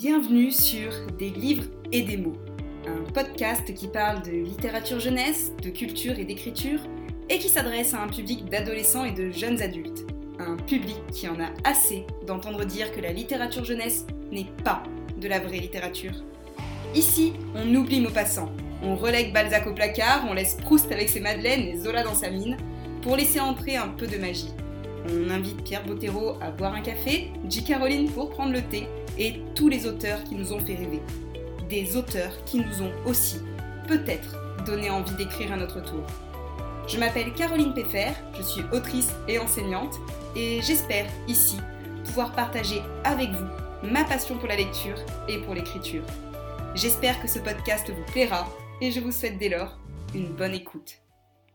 Bienvenue sur Des livres et des mots, un podcast qui parle de littérature jeunesse, de culture et d'écriture, et qui s'adresse à un public d'adolescents et de jeunes adultes. Un public qui en a assez d'entendre dire que la littérature jeunesse n'est pas de la vraie littérature. Ici, on oublie Maupassant, on relègue Balzac au placard, on laisse Proust avec ses madeleines et Zola dans sa mine, pour laisser entrer un peu de magie. On invite Pierre Bottero à boire un café, J. Caroline pour prendre le thé, et tous les auteurs qui nous ont fait rêver. Des auteurs qui nous ont aussi, peut-être, donné envie d'écrire à notre tour. Je m'appelle Caroline Peffer, je suis autrice et enseignante, et j'espère, ici, pouvoir partager avec vous ma passion pour la lecture et pour l'écriture. J'espère que ce podcast vous plaira, et je vous souhaite dès lors une bonne écoute.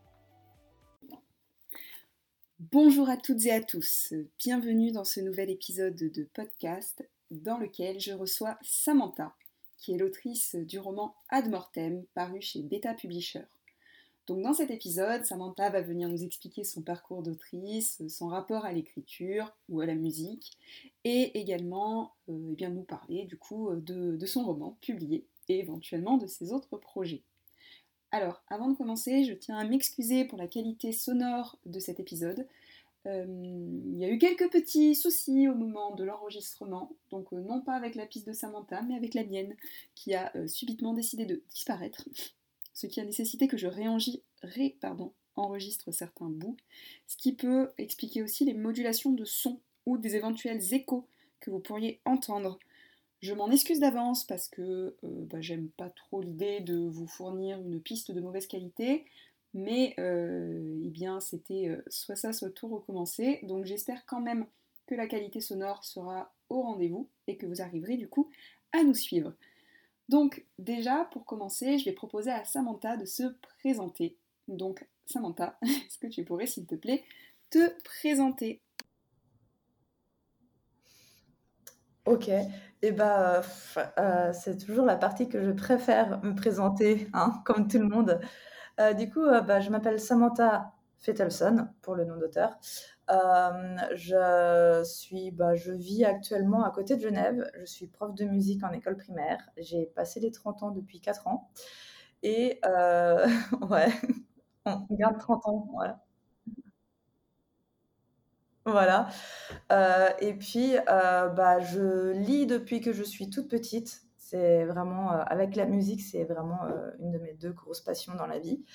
Bonjour à toutes et à tous, bienvenue dans ce nouvel épisode de podcast dans lequel je reçois Samantha, qui est l'autrice du roman Ad Mortem, paru chez Beta Publisher. Donc dans cet épisode, Samantha va venir nous expliquer son parcours d'autrice, son rapport à l'écriture ou à la musique, et également nous parler du coup de son roman publié et éventuellement de ses autres projets. Alors, avant de commencer, je tiens à m'excuser pour la qualité sonore de cet épisode. Il y a eu quelques petits soucis au moment de l'enregistrement, donc non pas avec la piste de Samantha, mais avec la mienne, qui a subitement décidé de disparaître, ce qui a nécessité que je enregistre certains bouts, ce qui peut expliquer aussi les modulations de son ou des éventuels échos que vous pourriez entendre. Je m'en excuse d'avance parce que j'aime pas trop l'idée de vous fournir une piste de mauvaise qualité, mais c'était soit ça, soit tout recommencer, donc j'espère quand même que la qualité sonore sera au rendez-vous et que vous arriverez du coup à nous suivre. Donc déjà, pour commencer, je vais proposer à Samantha de se présenter. Donc Samantha, est-ce que tu pourrais s'il te plaît te présenter ? Ok, c'est toujours la partie que je préfère me présenter, hein, comme tout le monde. Je m'appelle Samantha Fettelson, pour le nom d'auteur. Je vis actuellement à côté de Genève. Je suis prof de musique en école primaire. J'ai passé les 30 ans depuis 4 ans. Et ouais, on garde 30 ans, voilà. Voilà. Je lis depuis que je suis toute petite. C'est vraiment, avec la musique, c'est vraiment une de mes deux grosses passions dans la vie.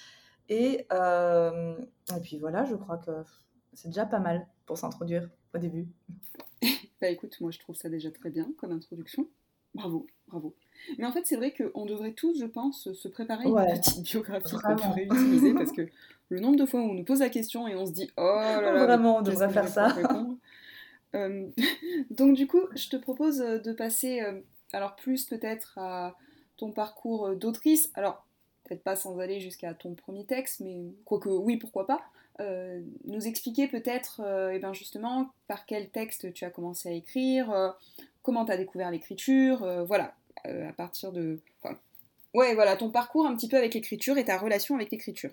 Et puis voilà, je crois que c'est déjà pas mal pour s'introduire au début. Bah écoute, moi je trouve ça déjà très bien comme introduction. Bravo, bravo. Mais en fait, c'est vrai qu'on devrait tous, je pense, se préparer une Ouais, petite biographie qu'on vraiment. pourrait utiliser parce que le nombre de fois où on nous pose la question et on se dit « Oh là là, mais Vraiment, on qu'est-ce devrait que je faire vais pouvoir ça. répondre ?» Donc du coup, je te propose de passer alors plus peut-être à ton parcours d'autrice. Alors, peut-être pas sans aller jusqu'à ton premier texte, mais quoique oui, pourquoi pas. Nous expliquer peut-être justement par quel texte tu as commencé à écrire, comment tu as découvert l'écriture, à partir de... Enfin, ouais, voilà, ton parcours un petit peu avec l'écriture et ta relation avec l'écriture.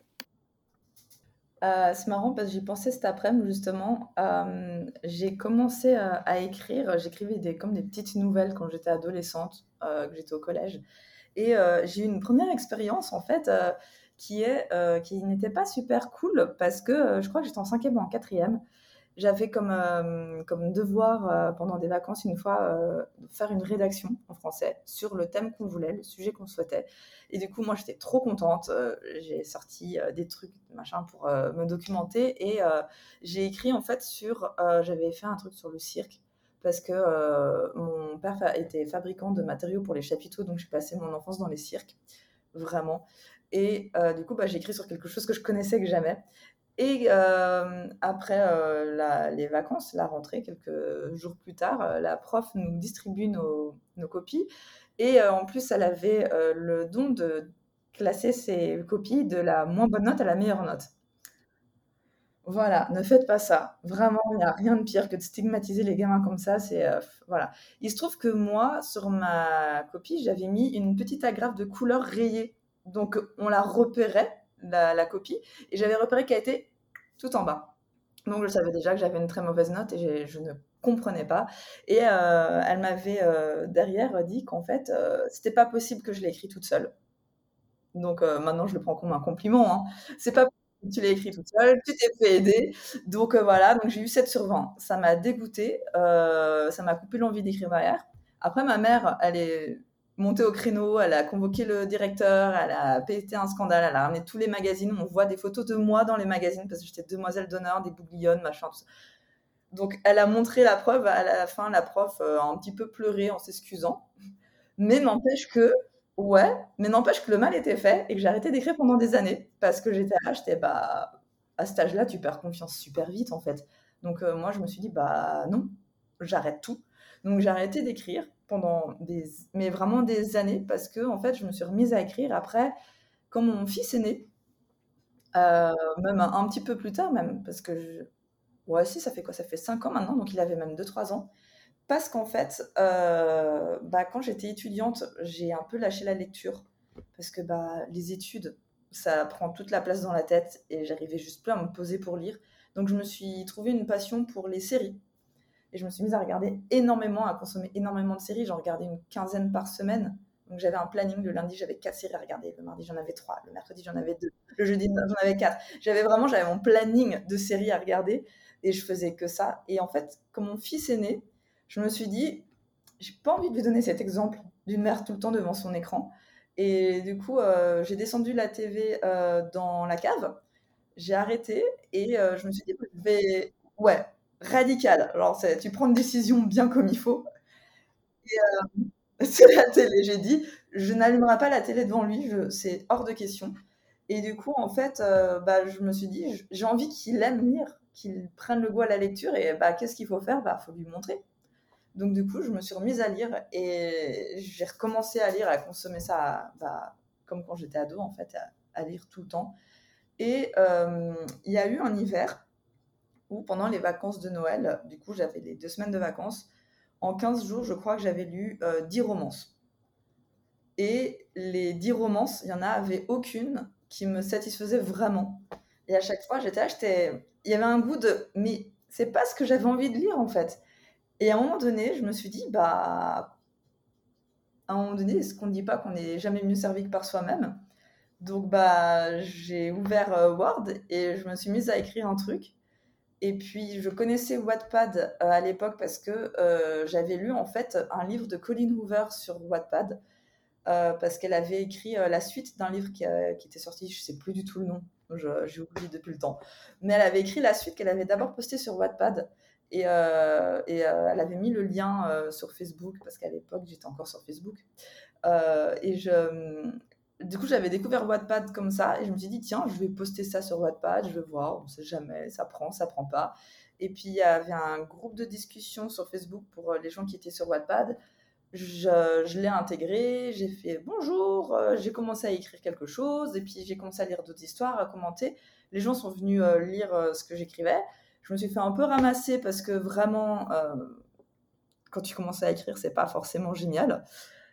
C'est marrant parce que j'y pensais cet après-midi justement. J'ai commencé à écrire. J'écrivais comme des petites nouvelles quand j'étais adolescente, que j'étais au collège. Et j'ai eu une première expérience en fait qui n'était pas super cool parce que je crois que j'étais en 5e ou en 4e. J'avais comme devoir pendant des vacances une fois de faire une rédaction en français sur le thème qu'on voulait, le sujet qu'on souhaitait. Et du coup, moi, j'étais trop contente. J'ai sorti des trucs, machin, pour me documenter. Et j'ai écrit en fait j'avais fait un truc sur le cirque parce que mon père était fabricant de matériaux pour les chapiteaux, donc j'ai passé mon enfance dans les cirques, vraiment. Et j'ai écrit sur quelque chose que je connaissais que j'aimais. Et après les vacances, la rentrée, quelques jours plus tard, la prof nous distribue nos copies. Et en plus, elle avait le don de classer ses copies de la moins bonne note à la meilleure note. Voilà, ne faites pas ça. Vraiment, il n'y a rien de pire que de stigmatiser les gamins comme ça. Voilà. Il se trouve que moi, sur ma copie, j'avais mis une petite agrafe de couleur rayée. Donc, on la repérait, la copie, et j'avais repéré qu'elle était tout en bas. Donc je savais déjà que j'avais une très mauvaise note et je ne comprenais pas. Et elle m'avait derrière dit qu'en fait, c'était pas possible que je l'ai écrit toute seule. Donc maintenant, je le prends comme un compliment, hein. C'est pas possible que tu l'aies écrit toute seule, tu t'es fait aider. Donc voilà, donc j'ai eu 7 sur 20. Ça m'a dégoûtée, ça m'a coupé l'envie d'écrire derrière. Après, ma mère, elle est montée au créneau, elle a convoqué le directeur, elle a pété un scandale, elle a ramené tous les magazines. On voit des photos de moi dans les magazines parce que j'étais demoiselle d'honneur, des bouglionnes, machin, tout ça. Donc elle a montré la preuve. À la fin, la prof a un petit peu pleuré en s'excusant. Mais n'empêche que, ouais, mais n'empêche que le mal était fait et que j'ai arrêté d'écrire pendant des années parce que j'étais là, j'étais bah, à cet âge-là, tu perds confiance super vite en fait. Donc moi, je me suis dit, bah non, j'arrête tout. Donc j'ai arrêté d'écrire pendant mais vraiment des années parce que en fait, je me suis remise à écrire après, quand mon fils est né, même un petit peu plus tard même, parce que ouais, si, ça fait quoi? Ça fait 5 ans maintenant, donc il avait même 2 3 ans. Parce qu'en fait, bah, quand j'étais étudiante, j'ai un peu lâché la lecture parce que bah, les études, ça prend toute la place dans la tête et j'arrivais juste plus à me poser pour lire. Donc je me suis trouvé une passion pour les séries et je me suis mise à regarder énormément, à consommer énormément de séries. J'en regardais une quinzaine par semaine. Donc j'avais un planning. Le lundi, j'avais 4 séries à regarder. Le mardi, j'en avais 3. Le mercredi, j'en avais 2. Le jeudi, j'en avais 4. J'avais mon planning de séries à regarder et je faisais que ça. Et en fait, quand mon fils est né, je me suis dit, j'ai pas envie de lui donner cet exemple d'une mère tout le temps devant son écran. Et du coup, j'ai descendu la TV dans la cave, j'ai arrêté et je me suis dit, je vais. Ouais, radical. Alors, tu prends une décision bien comme il faut. Et c'est la télé. J'ai dit, je n'allumerai pas la télé devant lui, c'est hors de question. Et du coup, en fait, bah, je me suis dit, j'ai envie qu'il aime lire, qu'il prenne le goût à la lecture. Et bah, qu'est-ce qu'il faut faire? Bah, faut lui montrer. Donc du coup, je me suis remise à lire et j'ai recommencé à lire, à consommer ça, bah, comme quand j'étais ado en fait, à lire tout le temps. Et il y a eu un hiver où pendant les vacances de Noël, du coup j'avais les 2 semaines de vacances, en 15 jours je crois que j'avais lu 10 romances. Et les 10 romances, il n'y en avait aucune qui me satisfaisait vraiment. Et à chaque fois j'étais là, il y avait un goût de, mais c'est pas ce que j'avais envie de lire en fait. Et à un moment donné, je me suis dit, bah, à un moment donné, est-ce qu'on ne dit pas qu'on n'est jamais mieux servi que par soi-même? Donc, bah, j'ai ouvert Word et je me suis mise à écrire un truc. Et puis, je connaissais Wattpad à l'époque parce que j'avais lu en fait un livre de Colleen Hoover sur Wattpad parce qu'elle avait écrit la suite d'un livre qui était sorti, je ne sais plus du tout le nom, j'ai oublié depuis le temps. Mais elle avait écrit la suite qu'elle avait d'abord postée sur Wattpad et elle avait mis le lien sur Facebook parce qu'à l'époque j'étais encore sur Facebook. Et du coup, j'avais découvert Wattpad comme ça et je me suis dit, tiens, je vais poster ça sur Wattpad, je vais voir, on ne sait jamais, ça prend pas. Et puis, il y avait un groupe de discussion sur Facebook pour les gens qui étaient sur Wattpad. Je l'ai intégré, j'ai fait bonjour, j'ai commencé à écrire quelque chose et puis j'ai commencé à lire d'autres histoires, à commenter. Les gens sont venus lire ce que j'écrivais. Je me suis fait un peu ramasser parce que vraiment, quand tu commences à écrire, c'est pas forcément génial.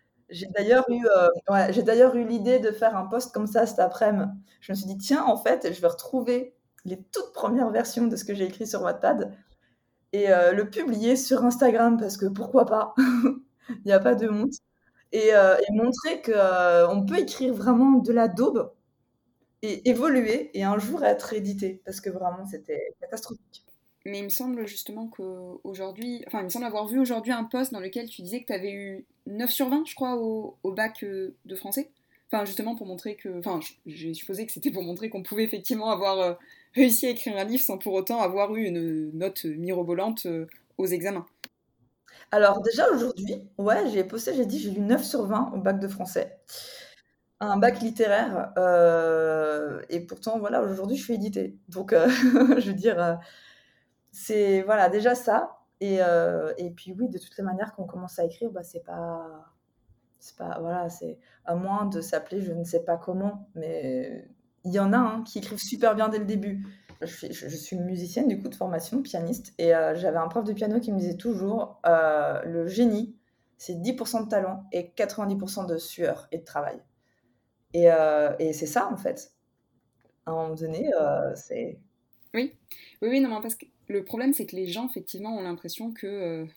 J'ai d'ailleurs eu l'idée de faire un post comme ça cet après-midi. Je me suis dit, tiens, en fait, je vais retrouver les toutes premières versions de ce que j'ai écrit sur Wattpad et le publier sur Instagram parce que pourquoi pas? Il n'y a pas de honte. Et montrer qu'on peut écrire vraiment de la daube et évoluer et un jour être édité parce que vraiment c'était catastrophique. Mais il me semble justement qu'aujourd'hui, enfin, il me semble avoir vu aujourd'hui un post dans lequel tu disais que tu avais eu 9 sur 20, je crois, au bac de français. Enfin, justement pour montrer que. Enfin, j'ai supposé que c'était pour montrer qu'on pouvait effectivement avoir réussi à écrire un livre sans pour autant avoir eu une note mirobolante aux examens. Alors déjà aujourd'hui, ouais, j'ai dit j'ai eu 9 sur 20 au bac de français. Un bac littéraire et pourtant voilà, aujourd'hui je suis éditée. Donc je veux dire, c'est voilà déjà ça et puis oui, de toutes les manières qu'on commence à écrire, bah, c'est pas voilà, c'est à moins de s'appeler je ne sais pas comment, mais il y en a, hein, qui écrivent super bien dès le début. Je suis musicienne du coup de formation, pianiste et j'avais un prof de piano qui me disait toujours, «Le génie, c'est 10 de talent et 90 de sueur et de travail» et c'est ça en fait. À un moment donné, c'est Oui, oui, oui, non, mais parce que le problème, c'est que les gens, effectivement, ont l'impression que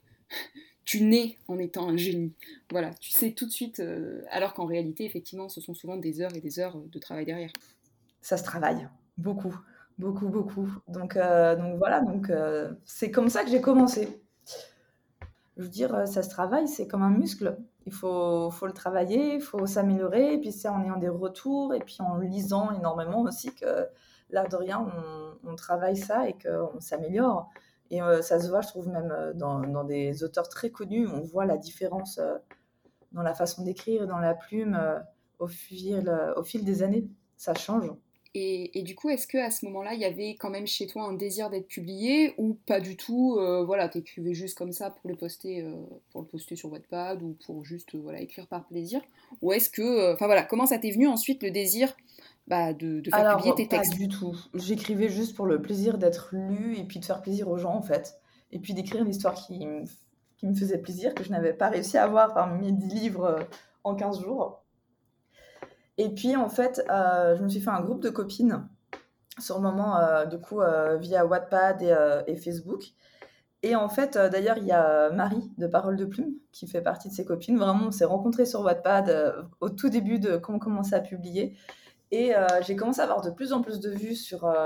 tu nais en étant un génie. Voilà, tu sais tout de suite, alors qu'en réalité, effectivement, ce sont souvent des heures et des heures de travail derrière. Ça se travaille beaucoup, beaucoup, beaucoup. Donc voilà, c'est comme ça que j'ai commencé. Je veux dire, ça se travaille, c'est comme un muscle. Il faut le travailler, il faut s'améliorer, et puis c'est en ayant des retours, et puis en lisant énormément aussi que, l'air de rien, on travaille ça et qu'on s'améliore. Et ça se voit, je trouve, même dans des auteurs très connus, on voit la différence dans la façon d'écrire, dans la plume, au fil des années. Ça change. Et du coup, est-ce que à ce moment-là, il y avait quand même chez toi un désir d'être publié ou pas du tout? Voilà, t'écrivais juste comme ça pour le poster sur Wattpad ou pour juste voilà écrire par plaisir? Ou est-ce que, enfin voilà, comment ça t'est venu ensuite le désir bah, de faire publier Alors, tes pas textes? du tout. J'écrivais juste pour le plaisir d'être lu et puis de faire plaisir aux gens, en fait. Et puis d'écrire l'histoire qui me faisait plaisir, que je n'avais pas réussi à avoir parmi mes 10 livres en 15 jours. Et puis, en fait, je me suis fait un groupe de copines sur le moment, du coup, via Wattpad et Facebook. Et en fait, d'ailleurs, il y a Marie de Parole de Plume qui fait partie de ces copines. Vraiment, on s'est rencontrés sur Wattpad au tout début de quand on commençait à publier. Et j'ai commencé à avoir de plus en plus de vues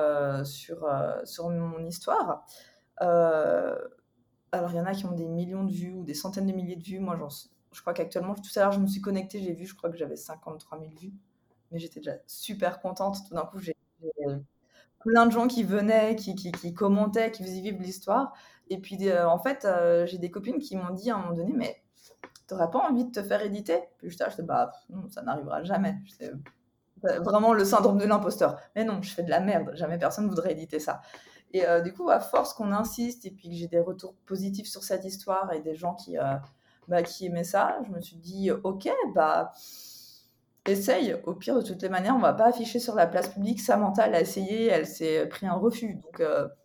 sur mon histoire. Euh, alors, il y en a qui ont des millions de vues ou des centaines de milliers de vues. Moi, je crois qu'actuellement, tout à l'heure, je me suis connectée, j'ai vu, je crois que j'avais 53 000 vues. Mais j'étais déjà super contente. Tout d'un coup, j'ai plein de gens qui venaient, qui commentaient, qui faisaient vivre l'histoire. Et puis, en fait, j'ai des copines qui m'ont dit à un moment donné, mais t'aurais pas envie de te faire éditer? Puis j'étais bah non, ça n'arrivera jamais. Vraiment le syndrome de l'imposteur. Mais non, je fais de la merde, jamais personne voudrait éditer ça. Et du coup, à force qu'on insiste et puis que j'ai des retours positifs sur cette histoire et des gens qui aimaient ça, je me suis dit, ok, bah essaye. Au pire, de toutes les manières, on va pas afficher sur la place publique. Samantha l'a essayé, elle s'est pris un refus. Donc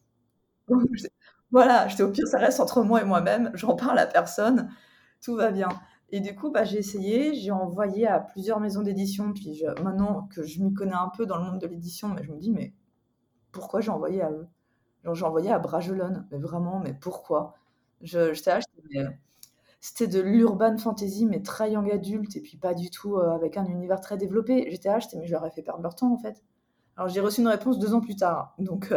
voilà, j'étais au pire, ça reste entre moi et moi-même, j'en parle à personne, tout va bien. Et du coup, bah, j'ai essayé, j'ai envoyé à plusieurs maisons d'édition, puis maintenant que je m'y connais un peu dans le monde de l'édition, mais je me dis, mais pourquoi j'ai envoyé à eux? Genre, j'ai envoyé à Bragelonne, mais vraiment, mais pourquoi? J'étais là, c'était de l'urban fantasy, mais très young adulte, et puis pas du tout avec un univers très développé. J'étais là, mais je leur ai fait perdre leur temps, en fait. Alors, j'ai reçu une réponse 2 ans plus tard, donc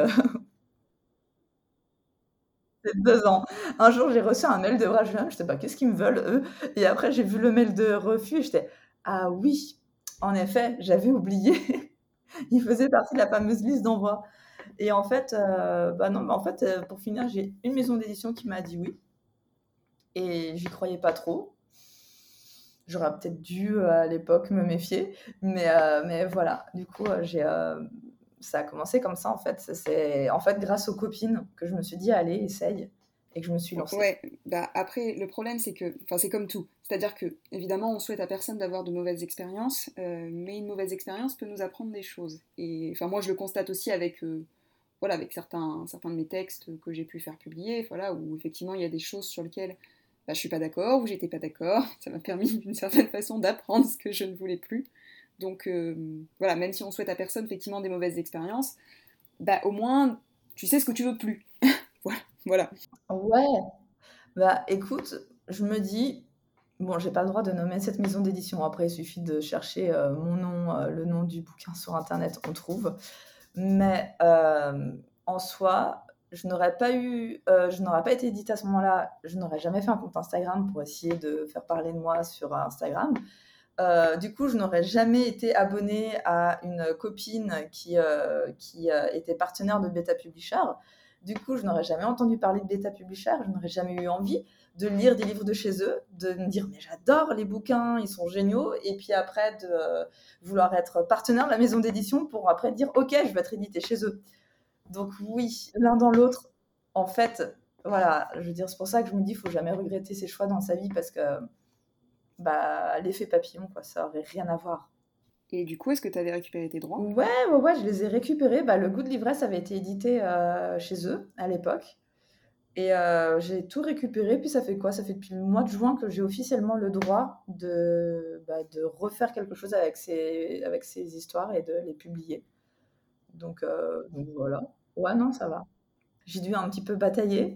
c'est 2 ans. Un jour, j'ai reçu un mail de Bragelonne, je sais pas qu'est-ce qu'ils me veulent, eux. Et après, j'ai vu le mail de refus, et j'étais, ah oui, en effet, j'avais oublié. Il faisait partie de la fameuse liste d'envoi. Et en fait, bah non, bah en fait, pour finir, j'ai une maison d'édition qui m'a dit oui. Et j'y croyais pas trop. J'aurais peut-être dû à l'époque me méfier. Mais voilà, du coup, ça a commencé comme ça en fait. C'est en fait grâce aux copines que je me suis dit, allez, essaye. Et que je me suis lancée. Ouais, bah après, le problème, c'est que, enfin, c'est comme tout. C'est-à-dire que, évidemment, on souhaite à personne d'avoir de mauvaises expériences, mais une mauvaise expérience peut nous apprendre des choses. Et, enfin, moi, je le constate aussi avec, voilà, avec certains de mes textes que j'ai pu faire publier, voilà, où effectivement, il y a des choses sur lesquelles bah, je suis pas d'accord, ou j'étais pas d'accord. Ça m'a permis, d'une certaine façon, d'apprendre ce que je ne voulais plus. Donc, voilà, même si on souhaite à personne, effectivement, des mauvaises expériences, bah, au moins, tu sais ce que tu veux plus. Voilà, voilà. Ouais, bah écoute, je me dis, bon, j'ai pas le droit de nommer cette maison d'édition. Après, il suffit de chercher mon nom, le nom du bouquin sur Internet, on trouve. Mais en soi, je n'aurais pas été éditée à ce moment-là. Je n'aurais jamais fait un compte Instagram pour essayer de faire parler de moi sur Instagram. Du coup, je n'aurais jamais été abonnée à une copine qui était partenaire de Beta Publisher. Du coup, je n'aurais jamais entendu parler de Beta Publisher. Je n'aurais jamais eu envie de lire des livres de chez eux, de me dire mais j'adore les bouquins, ils sont géniaux. Et puis après, de vouloir être partenaire de la maison d'édition pour après dire ok, je vais être édité chez eux. Donc oui, l'un dans l'autre. En fait, voilà, je veux dire, c'est pour ça que je me dis, il faut jamais regretter ses choix dans sa vie parce que bah, l'effet papillon, quoi, ça aurait rien à voir. Et du coup, est-ce que tu avais récupéré tes droits? Ouais, je les ai récupérés. Bah, le Goût de l'ivresse avait été édité chez eux à l'époque. Et j'ai tout récupéré. Puis ça fait quoi? Ça fait depuis le mois de juin que j'ai officiellement le droit de refaire quelque chose avec ces histoires et de les publier. Donc voilà. Ouais, non, ça va. J'ai dû un petit peu batailler,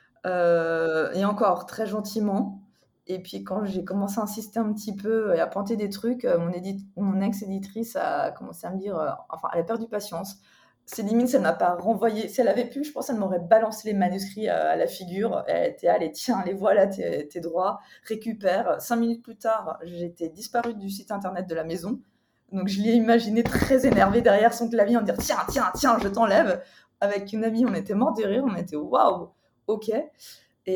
et encore très gentiment. Et puis quand j'ai commencé à insister un petit peu et à pointer des trucs, mon ex-éditrice a commencé à me dire, enfin, elle a perdu patience. C'est limite, si elle m'a pas renvoyé. Si elle avait pu, je pense qu'elle m'aurait balancé les manuscrits à la figure. Elle était, allez, tiens, les voilà, tes droits, récupère. 5 minutes plus tard, j'étais disparue du site internet de la maison. Donc je l'ai imaginé très énervée derrière son clavier en dire tiens, tiens, tiens, je t'enlève. Avec une amie, on était morts de rire, on était waouh, ok. Et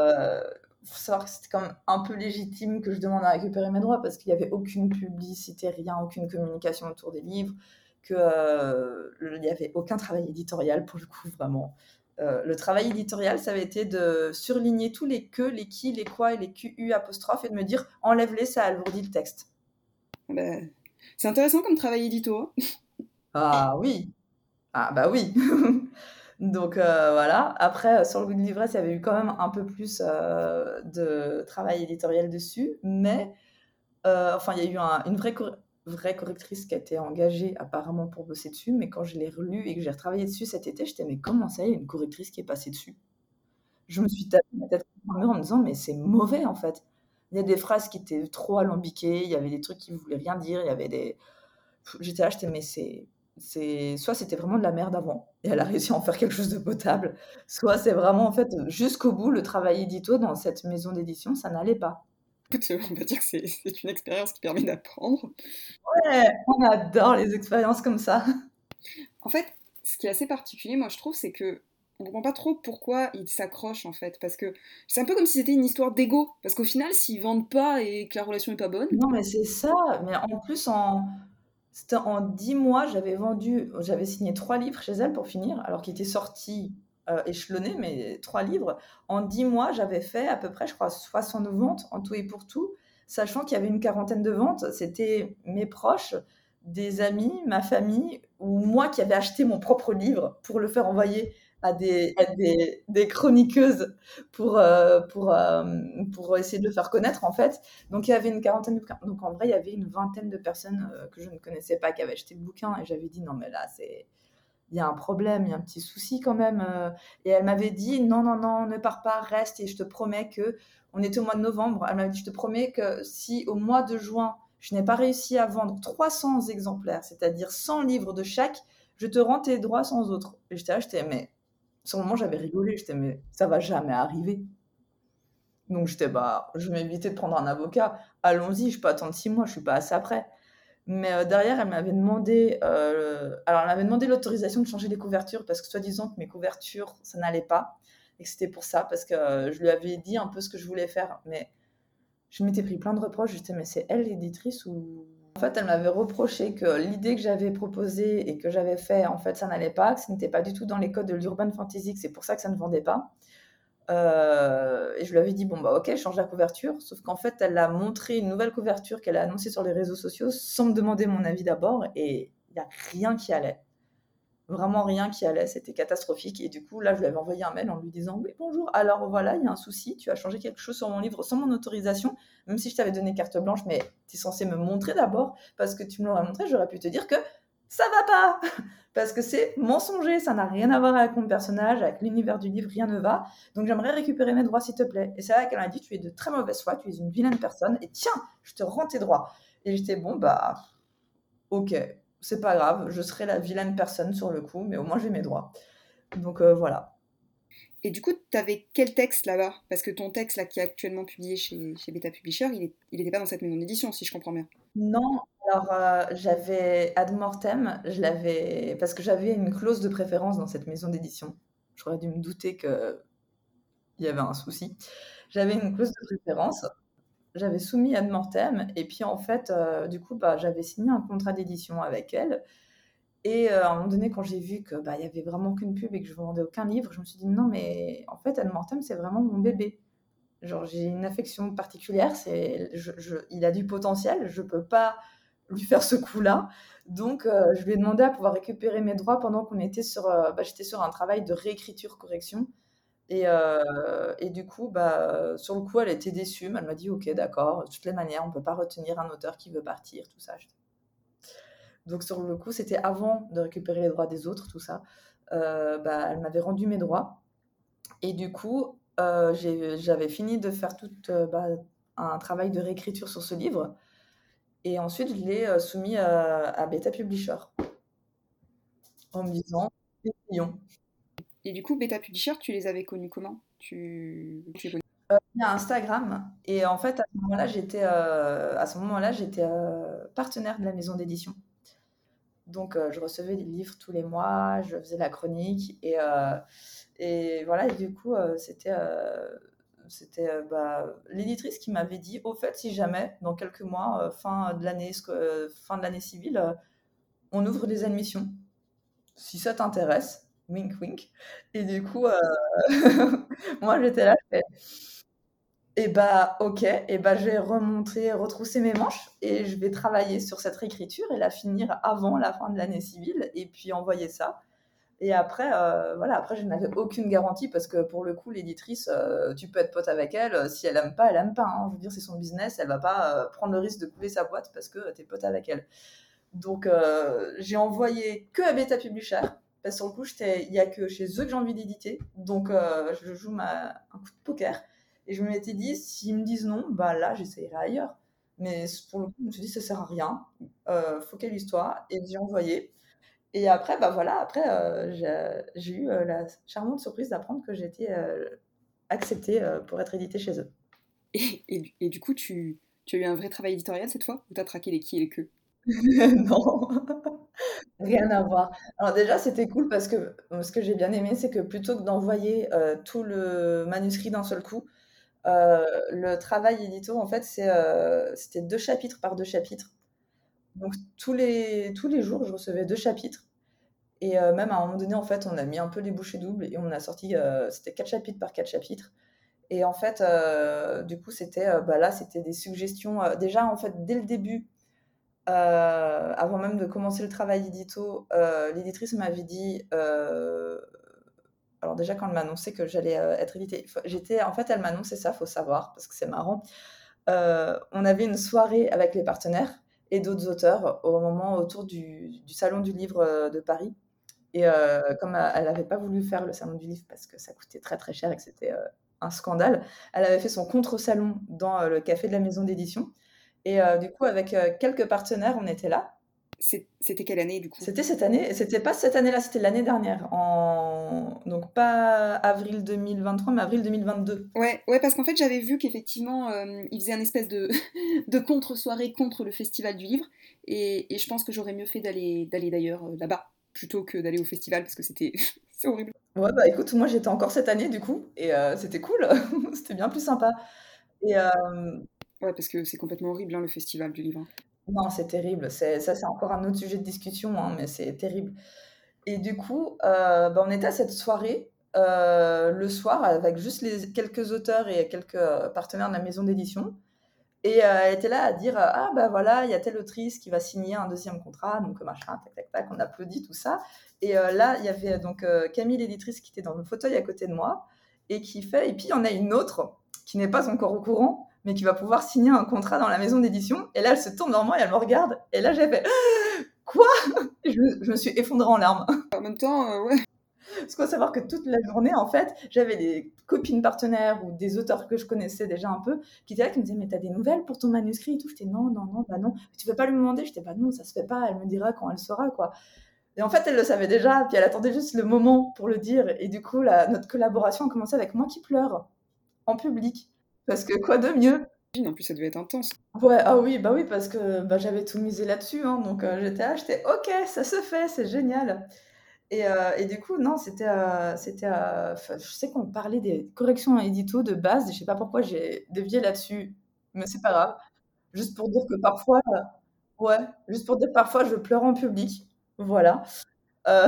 faut savoir que c'était quand même un peu légitime que je demande à récupérer mes droits parce qu'il n'y avait aucune publicité, rien, aucune communication autour des livres, qu'il n'y avait aucun travail éditorial pour le coup, vraiment. Le travail éditorial, ça avait été de surligner tous les que, les qui, les quoi et les QU apostrophes et de me dire enlève-les, ça alourdit le texte. Ben, c'est intéressant comme travail édito. Hein. Ah oui, ah bah oui. Donc voilà. Après, sur le goût de l'ivresse, il y avait eu quand même un peu plus de travail éditorial dessus, mais enfin, il y a eu une vraie correctrice qui a été engagée apparemment pour bosser dessus, mais quand je l'ai relu et que j'ai retravaillé dessus cet été, j'étais mais comment ça, il y a une correctrice qui est passée dessus? Je me suis tapé la tête contre le mur en me disant mais c'est mauvais en fait. Il y a des phrases qui étaient trop alambiquées, il y avait des trucs qui voulaient rien dire, il y avait des j'étais là, j'étais mais c'est soit c'était vraiment de la merde avant et elle a réussi à en faire quelque chose de potable, soit c'est vraiment en fait jusqu'au bout le travail édito dans cette maison d'édition, ça n'allait pas. Écoute, on va dire que c'est une expérience qui permet d'apprendre. Ouais, on adore les expériences comme ça. En fait, ce qui est assez particulier, moi je trouve, c'est que on comprend pas trop pourquoi ils s'accrochent en fait, parce que c'est un peu comme si c'était une histoire d'ego, parce qu'au final, s'ils vendent pas et que la relation est pas bonne, Non, mais c'est ça. Mais en plus, c'était en 10 mois, j'avais signé 3 livres chez elle pour finir, alors qu'ils étaient sortis échelonnés, mais 3 livres. En 10 mois, j'avais fait à peu près, je crois, 60 ventes en tout et pour tout, sachant qu'il y avait une quarantaine de ventes. C'était mes proches, des amis, ma famille, ou moi qui avais acheté mon propre livre pour le faire envoyer à des chroniqueuses pour essayer de le faire connaître, en fait. Donc il y avait une quarantaine de bouquins. Donc en vrai, il y avait une vingtaine de personnes que je ne connaissais pas qui avaient acheté le bouquin et j'avais dit non mais là il y a un problème, il y a un petit souci quand même. Et elle m'avait dit non non non, ne pars pas, reste et je te promets que on était au mois de novembre. Elle m'avait dit je te promets que si au mois de juin je n'ai pas réussi à vendre 300 exemplaires, c'est-à-dire 100 livres de chaque, je te rends tes droits sans autre. Et j'étais là, j'étais mais sur le moment j'avais rigolé, j'étais mais ça va jamais arriver. Donc j'étais, bah, je vais m'éviter de prendre un avocat. Allons-y, je peux attendre 6 mois, je suis pas assez après. Mais derrière, elle m'avait demandé l'autorisation de changer les couvertures parce que soi-disant que mes couvertures, ça n'allait pas. Et que c'était pour ça, parce que je lui avais dit un peu ce que je voulais faire. Mais je m'étais pris plein de reproches. J'étais, mais c'est elle l'éditrice ou... En fait, elle m'avait reproché que l'idée que j'avais proposée et que j'avais fait, en fait, ça n'allait pas, que ce n'était pas du tout dans les codes de l'urban fantasy, que c'est pour ça que ça ne vendait pas. Et je lui avais dit, bon, bah ok, change la couverture. Sauf qu'en fait, elle a montré une nouvelle couverture qu'elle a annoncée sur les réseaux sociaux sans me demander mon avis d'abord. Et il n'y a rien qui allait. Vraiment rien qui allait. C'était catastrophique. Et du coup, là, je lui avais envoyé un mail en lui disant, oui, bonjour. Alors voilà, il y a un souci. Tu as changé quelque chose sur mon livre sans mon autorisation. Même si je t'avais donné carte blanche, mais tu es censé me montrer d'abord. Parce que tu me l'aurais montré, j'aurais pu te dire que ça va pas parce que c'est mensonger, ça n'a rien à voir avec mon personnage, avec l'univers du livre, rien ne va. Donc j'aimerais récupérer mes droits, s'il te plaît. Et c'est là qu'elle m'a dit, tu es de très mauvaise foi, tu es une vilaine personne, et tiens, je te rends tes droits. Et j'étais, bon, bah, ok, c'est pas grave, je serai la vilaine personne sur le coup, mais au moins j'ai mes droits. Donc voilà. et du coup, t'avais quel texte là-bas? Parce que ton texte là qui est actuellement publié chez Beta Publisher, il était pas dans cette maison d'édition, si je comprends bien. Non, alors j'avais Ad Mortem, parce que j'avais une clause de préférence dans cette maison d'édition. J'aurais dû me douter qu'il y avait un souci. J'avais une clause de préférence. J'avais soumis Ad Mortem et puis en fait, du coup, bah, j'avais signé un contrat d'édition avec elle et à un moment donné, quand j'ai vu que, bah, il y avait vraiment qu'une pub et que je vendais aucun livre, je me suis dit: «Non, mais en fait, Ad Mortem, c'est vraiment mon bébé». Genre, j'ai une affection particulière, il a du potentiel, je peux pas lui faire ce coup-là. Donc je lui ai demandé à pouvoir récupérer mes droits pendant qu'on était j'étais sur un travail de réécriture correction et du coup, bah, sur le coup, elle était déçue, mais elle m'a dit: «OK, d'accord, de toutes les manières, on peut pas retenir un auteur qui veut partir», tout ça. Donc sur le coup, c'était avant de récupérer les droits des autres, tout ça. elle m'avait rendu mes droits. Et du coup, j'avais fini de faire un travail de réécriture sur ce livre. Et ensuite, je l'ai soumis à Beta Publisher en me disant, essayons. Et du coup, Beta Publisher, tu les avais connus comment? Tu les connais? Via Instagram. Et en fait, à ce moment-là, j'étais partenaire de la maison d'édition. Donc, je recevais des livres tous les mois, je faisais la chronique. Et voilà, et du coup, c'était l'éditrice qui m'avait dit, au fait, si jamais, dans quelques mois, fin de l'année civile, on ouvre des admissions. Si ça t'intéresse, wink wink. Et du coup, moi, j'étais là, je fais, et bah ok, et bah je vais retrousser mes manches et je vais travailler sur cette réécriture et la finir avant la fin de l'année civile et puis envoyer ça. Et après, voilà, après je n'avais aucune garantie parce que pour le coup, l'éditrice, tu peux être pote avec elle, si elle aime pas, elle aime pas, hein. Je veux dire, c'est son business, elle va pas prendre le risque de couler sa boîte parce que t'es pote avec elle. Donc j'ai envoyé que à Beta Publisher. Parce que sur le coup, il y a que chez eux que j'ai envie d'éditer. Donc je joue un coup de poker. Et je m'étais dit, s'ils me disent non, bah là, j'essayerai ailleurs. Mais pour le coup, je me suis dit, ça sert à rien. Focalise-toi. Et j'ai envoyé. Et après, bah voilà, après, j'ai eu la charmante surprise d'apprendre que j'étais acceptée pour être éditée chez eux. Et du coup, tu as eu un vrai travail éditorial cette fois? Ou t'as traqué les qui et les que? Non, rien à voir. Alors déjà, c'était cool parce que ce que j'ai bien aimé, c'est que plutôt que d'envoyer tout le manuscrit d'un seul coup, le travail édito, en fait, c'était 2 chapitres par 2 chapitres. Donc tous les jours, je recevais 2 chapitres. Et même à un moment donné, en fait, on a mis un peu les bouchées doubles et on a sorti, c'était 4 chapitres par 4 chapitres. Et en fait, du coup, c'était des suggestions. Déjà, en fait, dès le début, avant même de commencer le travail édito, l'éditrice m'avait dit. Alors déjà, quand elle m'a annoncé que j'allais être éditée, en fait, elle m'a annoncé ça, faut savoir, parce que c'est marrant. On avait une soirée avec les partenaires et d'autres auteurs autour du Salon du Livre de Paris. Et comme elle n'avait pas voulu faire le Salon du Livre parce que ça coûtait très très cher et que c'était un scandale, elle avait fait son contre-salon dans le café de la maison d'édition. Et du coup, avec quelques partenaires, on était là. C'était quelle année du coup? C'était cette année, c'était pas cette année-là, c'était l'année dernière. Donc pas avril 2023, mais avril 2022. Ouais, parce qu'en fait j'avais vu qu'effectivement ils faisaient un espèce de, de contre-soirée contre le festival du livre et je pense que j'aurais mieux fait d'aller d'ailleurs là-bas plutôt que d'aller au festival parce que c'est horrible. Ouais, bah écoute, moi j'étais encore cette année du coup, et c'était cool, c'était bien plus sympa. Et Ouais, parce que c'est complètement horrible hein, le festival du livre. non, c'est terrible, c'est encore un autre sujet de discussion, hein, mais c'est terrible. Et du coup, on était à cette soirée, le soir, avec juste quelques auteurs et quelques partenaires de la maison d'édition. Et elle était là à dire, ah bah voilà, il y a telle autrice qui va signer un deuxième contrat, donc machin, tac, tac, tac, on applaudit tout ça. Et là, il y avait donc Camille, l'éditrice, qui était dans le fauteuil à côté de moi, et qui fait, et puis il y en a une autre qui n'est pas encore au courant, mais qui va pouvoir signer un contrat dans la maison d'édition. Et là, elle se tourne vers moi et elle me regarde. Et là, j'ai fait, quoi? Je me suis effondrée en larmes. En même temps, ouais. Parce qu'il faut savoir que toute la journée, en fait, j'avais des copines partenaires ou des auteurs que je connaissais déjà un peu qui étaient là, qui me disaient, mais t'as des nouvelles pour ton manuscrit et tout. J'étais, non, non, non, bah non. Tu peux pas lui demander? J'étais, bah non, ça se fait pas. Elle me dira quand elle saura, quoi. Et en fait, elle le savait déjà, puis elle attendait juste le moment pour le dire. Et du coup, notre collaboration a commencé avec moi qui pleure en public. Parce que quoi de mieux? En plus ça devait être intense. Ouais, ah oui, bah oui, parce que j'avais tout misé là-dessus, hein, donc j'étais là, j'étais ok, ça se fait, c'est génial. Et du coup, non, je sais qu'on parlait des corrections édito de base, je sais pas pourquoi j'ai dévié là-dessus, mais c'est pas grave. Juste pour dire que parfois, ouais, juste pour dire que parfois je pleure en public, voilà. Euh,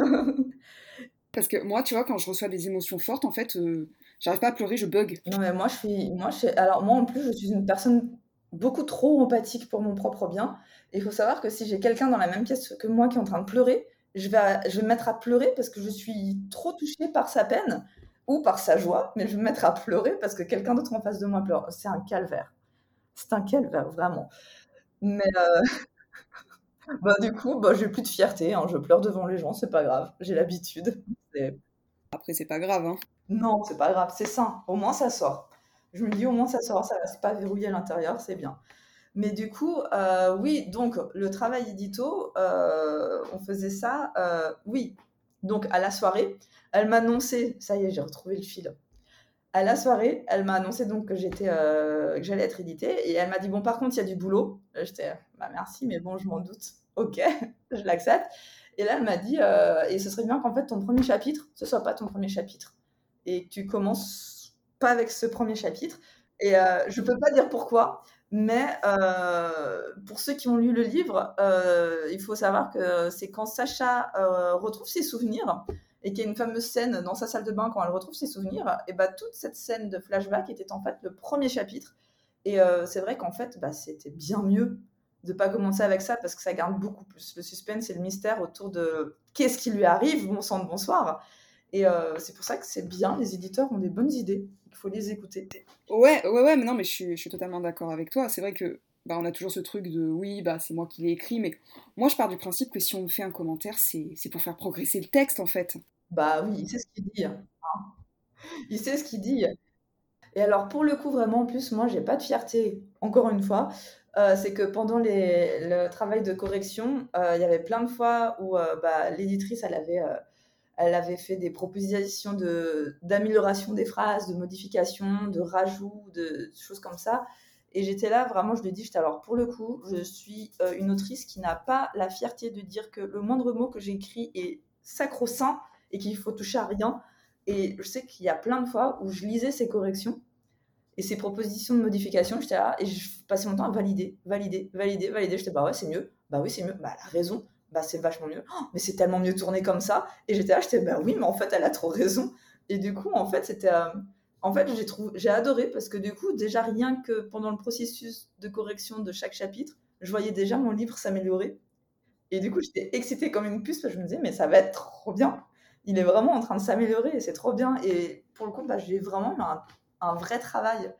Parce que moi, tu vois, quand je reçois des émotions fortes, en fait, j'arrive pas à pleurer, je bug. Non, mais alors moi en plus, je suis une personne beaucoup trop empathique pour mon propre bien. Et il faut savoir que si j'ai quelqu'un dans la même pièce que moi qui est en train de pleurer, je vais me mettre à pleurer parce que je suis trop touchée par sa peine ou par sa joie, mais je vais me mettre à pleurer parce que quelqu'un d'autre en face de moi pleure. C'est un calvaire. C'est un calvaire, vraiment. Mais Bah, du coup, j'ai plus de fierté, hein, je pleure devant les gens, c'est pas grave, j'ai l'habitude. C'est Après, c'est pas grave, hein. Non, c'est pas grave, c'est sain, au moins ça sort. Je me dis: «Au moins ça sort, ça reste pas verrouillé à l'intérieur, c'est bien». Mais du coup, oui, donc le travail édito, on faisait ça, oui, donc à la soirée, elle m'annonçait ça y est, j'ai retrouvé le fil. À la soirée, elle m'a annoncé donc que j'allais être éditée et elle m'a dit: «Bon, par contre, il y a du boulot». J'étais: «Bah, merci, mais bon, je m'en doute. OK, je l'accepte» et là, elle m'a dit: «Et ce serait bien qu'en fait, ton premier chapitre, ce soit pas ton premier chapitre et que tu commences pas avec ce premier chapitre» et je peux pas dire pourquoi, mais pour ceux qui ont lu le livre, il faut savoir que c'est quand Sacha, retrouve ses souvenirs et qu'il y a une fameuse scène dans sa salle de bain quand elle retrouve ses souvenirs, et bah, toute cette scène de flashback était en fait le premier chapitre. Et c'est vrai qu'en fait, bah, c'était bien mieux de pas commencer avec ça parce que ça garde beaucoup plus le suspense et le mystère autour de qu'est-ce qui lui arrive, bon sang de bonsoir. Et c'est pour ça que c'est bien, les éditeurs ont des bonnes idées, il faut les écouter. Ouais, mais non, mais je suis totalement d'accord avec toi. C'est vrai que bah, on a toujours ce truc de oui, bah c'est moi qui l'ai écrit, mais moi je pars du principe que si on me fait un commentaire, c'est pour faire progresser le texte en fait. Bah oui, il sait ce qu'il dit, hein. Il sait ce qu'il dit. Et alors pour le coup, vraiment, en plus, moi, j'ai pas de fierté, encore une fois. C'est que pendant le travail de correction, il y avait plein de fois où bah, l'éditrice, elle avait fait des propositions d'amélioration des phrases, de modification, de rajout, de choses comme ça. Et j'étais là, vraiment, je lui ai dit, alors pour le coup, je suis une autrice qui n'a pas la fierté de dire que le moindre mot que j'ai écrit est sacro-saint et qu'il faut toucher à rien. Et je sais qu'il y a plein de fois où je lisais ces corrections et ces propositions de modification, j'étais là et je passais mon temps à valider. J'étais bah ouais, c'est mieux. Bah oui, c'est mieux. Bah elle a raison. Bah c'est vachement mieux. Oh, mais c'est tellement mieux tourné comme ça. Et j'étais là, j'étais bah oui, mais en fait, elle a trop raison. Et du coup, en fait, en fait, j'ai adoré parce que du coup, déjà rien que pendant le processus de correction de chaque chapitre, je voyais déjà mon livre s'améliorer. Et du coup, j'étais excitée comme une puce parce que je me disais, mais ça va être trop bien. Il est vraiment en train de s'améliorer et c'est trop bien. Et pour le coup, bah, j'ai vraiment eu un vrai travail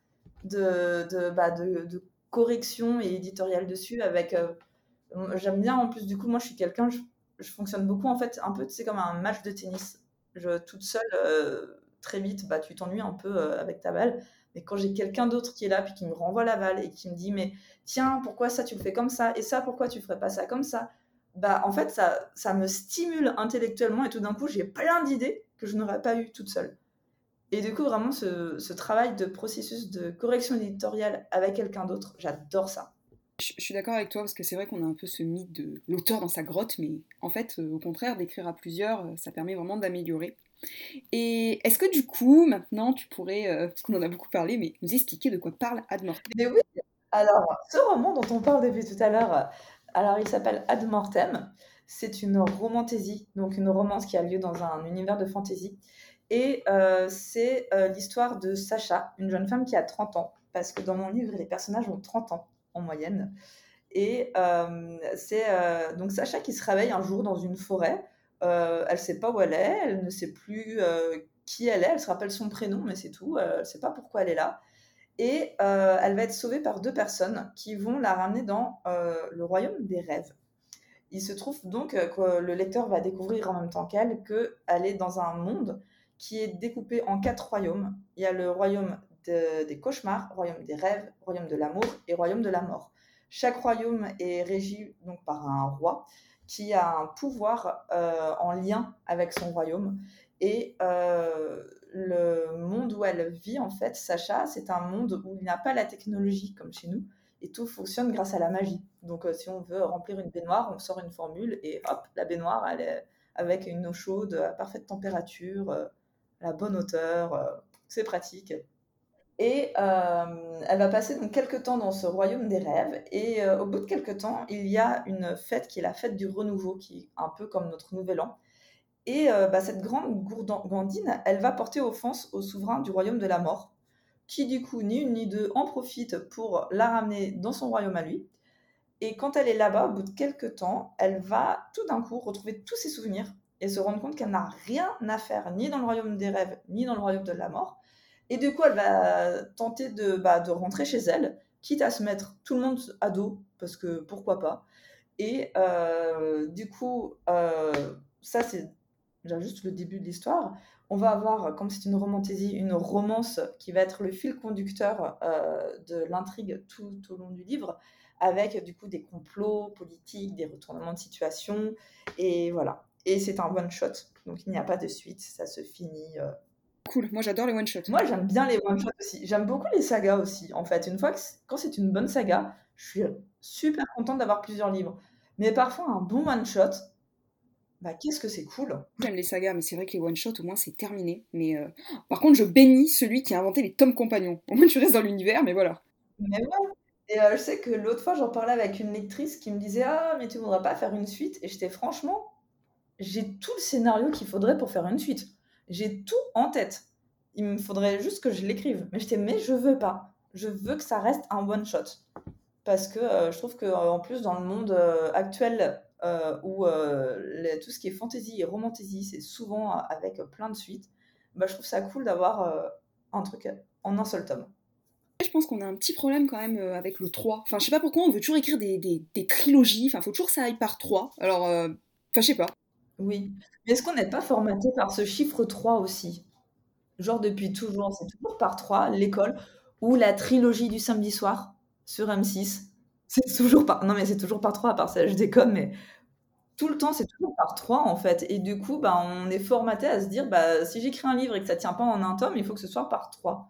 de correction et éditorial dessus. J'aime bien, en plus, du coup, moi, je suis quelqu'un, je fonctionne beaucoup, en fait, un peu, c'est comme un match de tennis. Toute seule, très vite, bah, tu t'ennuies un peu avec ta balle. Mais quand j'ai quelqu'un d'autre qui est là, puis qui me renvoie la balle et qui me dit, mais tiens, pourquoi ça tu le fais comme ça, et ça, pourquoi tu ferais pas ça comme ça, bah, en fait, ça me stimule intellectuellement et tout d'un coup, j'ai plein d'idées que je n'aurais pas eues toute seule. Et du coup, vraiment, ce travail de processus de correction éditoriale avec quelqu'un d'autre, j'adore ça. Je suis d'accord avec toi parce que c'est vrai qu'on a un peu ce mythe de l'auteur dans sa grotte, mais en fait, au contraire, d'écrire à plusieurs, ça permet vraiment d'améliorer. Et est-ce que du coup, maintenant, tu pourrais, parce qu'on en a beaucoup parlé, mais nous expliquer de quoi parle Ad Mortem? Mais oui, alors, ce roman dont on parle depuis tout à l'heure, alors il s'appelle Ad Mortem. C'est une romantaisie, donc une romance qui a lieu dans un univers de fantasy. Et c'est l'histoire de Sacha, une jeune femme qui a 30 ans, parce que dans mon livre, les personnages ont 30 ans en moyenne. Et c'est donc Sacha qui se réveille un jour dans une forêt. Elle ne sait pas où elle ne sait plus qui elle se rappelle son prénom, mais c'est tout. Elle ne sait pas pourquoi elle est là. Et elle va être sauvée par deux personnes qui vont la ramener dans le royaume des rêves. Il se trouve donc que le lecteur va découvrir en même temps qu'elle qu'elle est dans un monde qui est découpé en 4 royaumes. Il y a le royaume des cauchemars, royaume des rêves, royaume de l'amour et royaume de la mort. Chaque royaume est régi donc par un roi qui a un pouvoir en lien avec son royaume. Et le monde où elle vit, en fait, Sacha, c'est un monde où il n'y a pas la technologie comme chez nous et tout fonctionne grâce à la magie. Donc, si on veut remplir une baignoire, on sort une formule et hop, la baignoire, elle est avec une eau chaude à parfaite température, à la bonne hauteur, c'est pratique. Et elle va passer donc quelques temps dans ce royaume des rêves. Et au bout de quelques temps, il y a une fête qui est la fête du renouveau, qui est un peu comme notre nouvel an. Et cette grande gourgandine, elle va porter offense au souverain du royaume de la mort, qui du coup, ni une ni deux, en profite pour la ramener dans son royaume à lui. Et quand elle est là-bas, au bout de quelques temps, elle va tout d'un coup retrouver tous ses souvenirs et se rendre compte qu'elle n'a rien à faire ni dans le royaume des rêves, ni dans le royaume de la mort. Et du coup, elle va tenter de rentrer chez elle, quitte à se mettre tout le monde à dos, parce que pourquoi pas. Et du coup, ça, c'est déjà juste le début de l'histoire. On va avoir, comme c'est une romantaisie, une romance qui va être le fil conducteur de l'intrigue tout au long du livre, avec du coup des complots politiques, des retournements de situation, et voilà. Et c'est un one-shot, donc il n'y a pas de suite, ça se finit. Cool, moi j'adore les one-shots. Moi, j'aime bien les one-shots aussi. J'aime beaucoup les sagas aussi, en fait. Une fois que quand c'est une bonne saga, je suis super contente d'avoir plusieurs livres. Mais parfois, un bon one-shot, bah, qu'est-ce que c'est cool. J'aime les sagas, mais c'est vrai que les one-shots, au moins, c'est terminé. Mais par contre, je bénis celui qui a inventé les tomes compagnons. Au moins, tu restes dans l'univers, mais voilà. Mais ouais. Et je sais que l'autre fois, j'en parlais avec une lectrice qui me disait: «Ah, mais tu voudrais pas faire une suite?» Et j'étais: «Franchement, j'ai tout le scénario qu'il faudrait pour faire une suite. J'ai tout en tête. Il me faudrait juste que je l'écrive». Mais j'étais: «Mais je veux pas. Je veux que ça reste un one-shot». Parce que je trouve qu'en plus, dans le monde actuel, où tout ce qui est fantasy et romantasy, c'est souvent avec plein de suites, bah, je trouve ça cool d'avoir un truc en un seul tome. Je pense qu'on a un petit problème quand même avec le 3. Enfin, je sais pas pourquoi on veut toujours écrire des trilogies. Enfin, faut toujours que ça aille par 3. Alors, enfin, je sais pas. Oui. Mais est-ce qu'on n'est pas formaté par ce chiffre 3 aussi? Genre depuis toujours, c'est toujours par 3 l'école ou la trilogie du samedi soir sur M6. C'est toujours par non, mais c'est toujours par 3 à part ça, je déconne, mais tout le temps, c'est toujours par 3 en fait. Et du coup, bah, on est formaté à se dire, bah, si j'écris un livre et que ça tient pas en un tome, il faut que ce soit par 3.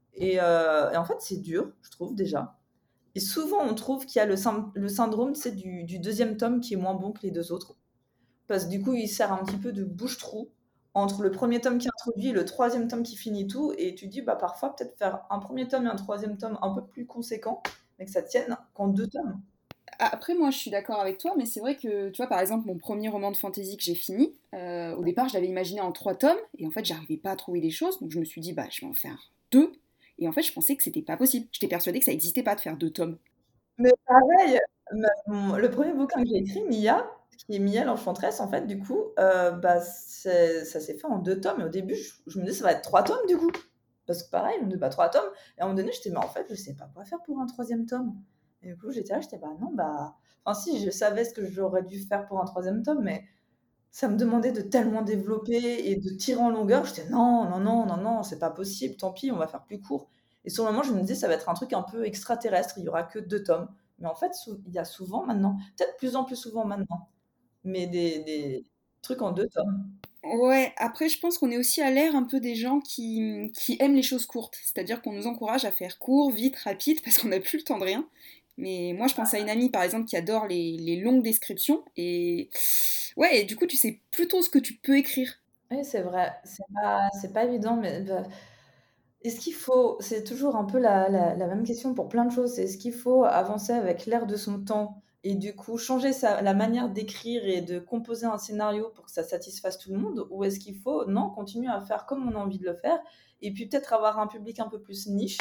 Et en fait, c'est dur, je trouve déjà. Et souvent, on trouve qu'il y a le syndrome, c'est du deuxième tome qui est moins bon que les deux autres. Parce que du coup, il sert un petit peu de bouche-trou entre le premier tome qui introduit et le troisième tome qui finit tout. Et tu dis, bah, parfois, peut-être faire un premier tome et un troisième tome un peu plus conséquent, mais que ça tienne qu'en deux tomes. Après, moi, je suis d'accord avec toi, mais c'est vrai que, tu vois, par exemple, mon premier roman de fantasy que j'ai fini, au départ, je l'avais imaginé en 3 tomes, et en fait, j'arrivais pas à trouver des choses, donc je me suis dit, bah, je vais en faire 2. Et en fait, je pensais que c'était pas possible. J'étais persuadée que ça existait pas de faire 2 tomes. Mais pareil, le premier bouquin que j'ai écrit, Mia, qui est Mia l'Enchanteresse, en fait, du coup, bah, ça s'est fait en deux tomes. Et au début, je me disais, ça va être trois tomes, du coup. Parce que pareil, on me dit, bah, trois tomes. Et à un moment donné, j'étais, mais en fait, je sais pas quoi faire pour un troisième tome. Et du coup, j'étais là, j'étais, bah non, bah. Enfin, si, je savais ce que j'aurais dû faire pour un troisième tome, mais ça me demandait de tellement développer et de tirer en longueur. J'étais, non, non, non, non, non, c'est pas possible, tant pis, on va faire plus court. Et sur le moment, je me disais, ça va être un truc un peu extraterrestre, il y aura que deux tomes. Mais en fait, il y a souvent maintenant, peut-être plus en plus souvent maintenant, mais des trucs en deux tomes. Ouais, après, je pense qu'on est aussi à l'ère un peu des gens qui aiment les choses courtes. C'est-à-dire qu'on nous encourage à faire court, vite, rapide, parce qu'on n'a plus le temps de rien. Mais moi, je pense à une amie, par exemple, qui adore les longues descriptions. Et ouais, et du coup, tu sais plutôt ce que tu peux écrire. Oui, c'est vrai, c'est pas évident, mais bah, est-ce qu'il faut, c'est toujours un peu la même question pour plein de choses, c'est est-ce qu'il faut avancer avec l'air de son temps et du coup changer la manière d'écrire et de composer un scénario pour que ça satisfasse tout le monde, ou est-ce qu'il faut, non, continuer à faire comme on a envie de le faire et puis peut-être avoir un public un peu plus niche,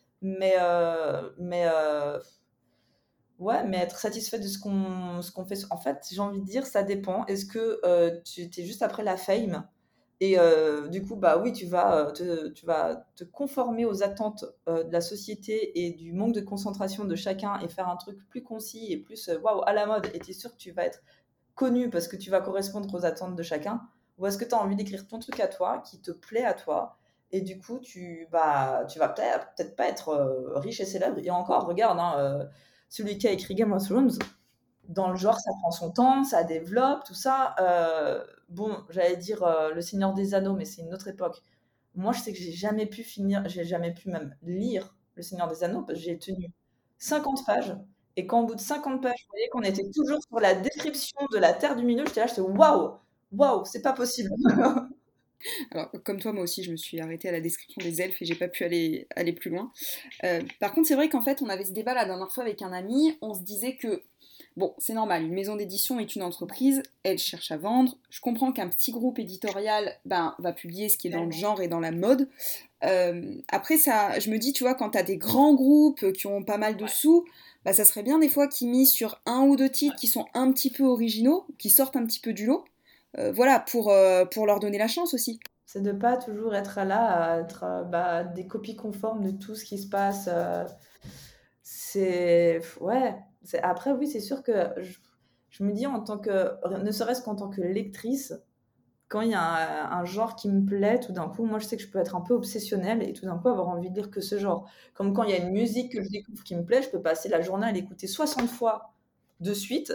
mais ouais, mais être satisfait de ce qu'on fait. En fait, j'ai envie de dire, ça dépend. Est-ce que tu es juste après la fame et du coup, bah oui, tu vas te conformer aux attentes de la société et du manque de concentration de chacun et faire un truc plus concis et plus waouh à la mode et tu es sûr que tu vas être connu parce que tu vas correspondre aux attentes de chacun, ou est-ce que tu as envie d'écrire ton truc à toi qui te plaît à toi et du coup tu vas peut-être pas être riche et célèbre. Et encore, regarde, hein, celui qui a écrit Game of Thrones, dans le genre, ça prend son temps, ça développe, tout ça. Bon, j'allais dire Le Seigneur des Anneaux, mais c'est une autre époque. Moi, je sais que j'ai jamais pu même lire Le Seigneur des Anneaux, parce que j'ai tenu 50 pages. Et quand au bout de 50 pages, je voyais qu'on était toujours sur la description de la Terre du Milieu, j'étais là, j'étais waouh, waouh, c'est pas possible. Alors, comme toi, moi aussi, je me suis arrêtée à la description des elfes et j'ai pas pu aller plus loin. Par contre, c'est vrai qu'en fait, on avait ce débat la dernière fois avec un ami. On se disait que, bon, c'est normal, une maison d'édition est une entreprise, elle cherche à vendre. Je comprends qu'un petit groupe éditorial ben, va publier ce qui est dans le genre et dans la mode. Après, ça, je me dis, tu vois, quand t'as des grands groupes qui ont pas mal de sous, bah, ça serait bien des fois qu'ils misent sur un ou deux titres qui sont un petit peu originaux, qui sortent un petit peu du lot. Voilà, pour leur donner la chance aussi. C'est de pas toujours être là à être bah, des copies conformes de tout ce qui se passe. Ouais. Après, oui, c'est sûr que je me dis ne serait-ce qu'en tant que lectrice, quand il y a un genre qui me plaît, tout d'un coup, moi je sais que je peux être un peu obsessionnelle et tout d'un coup avoir envie de lire que ce genre. Comme quand il y a une musique que je découvre qui me plaît, je peux passer la journée à l'écouter 60 fois de suite.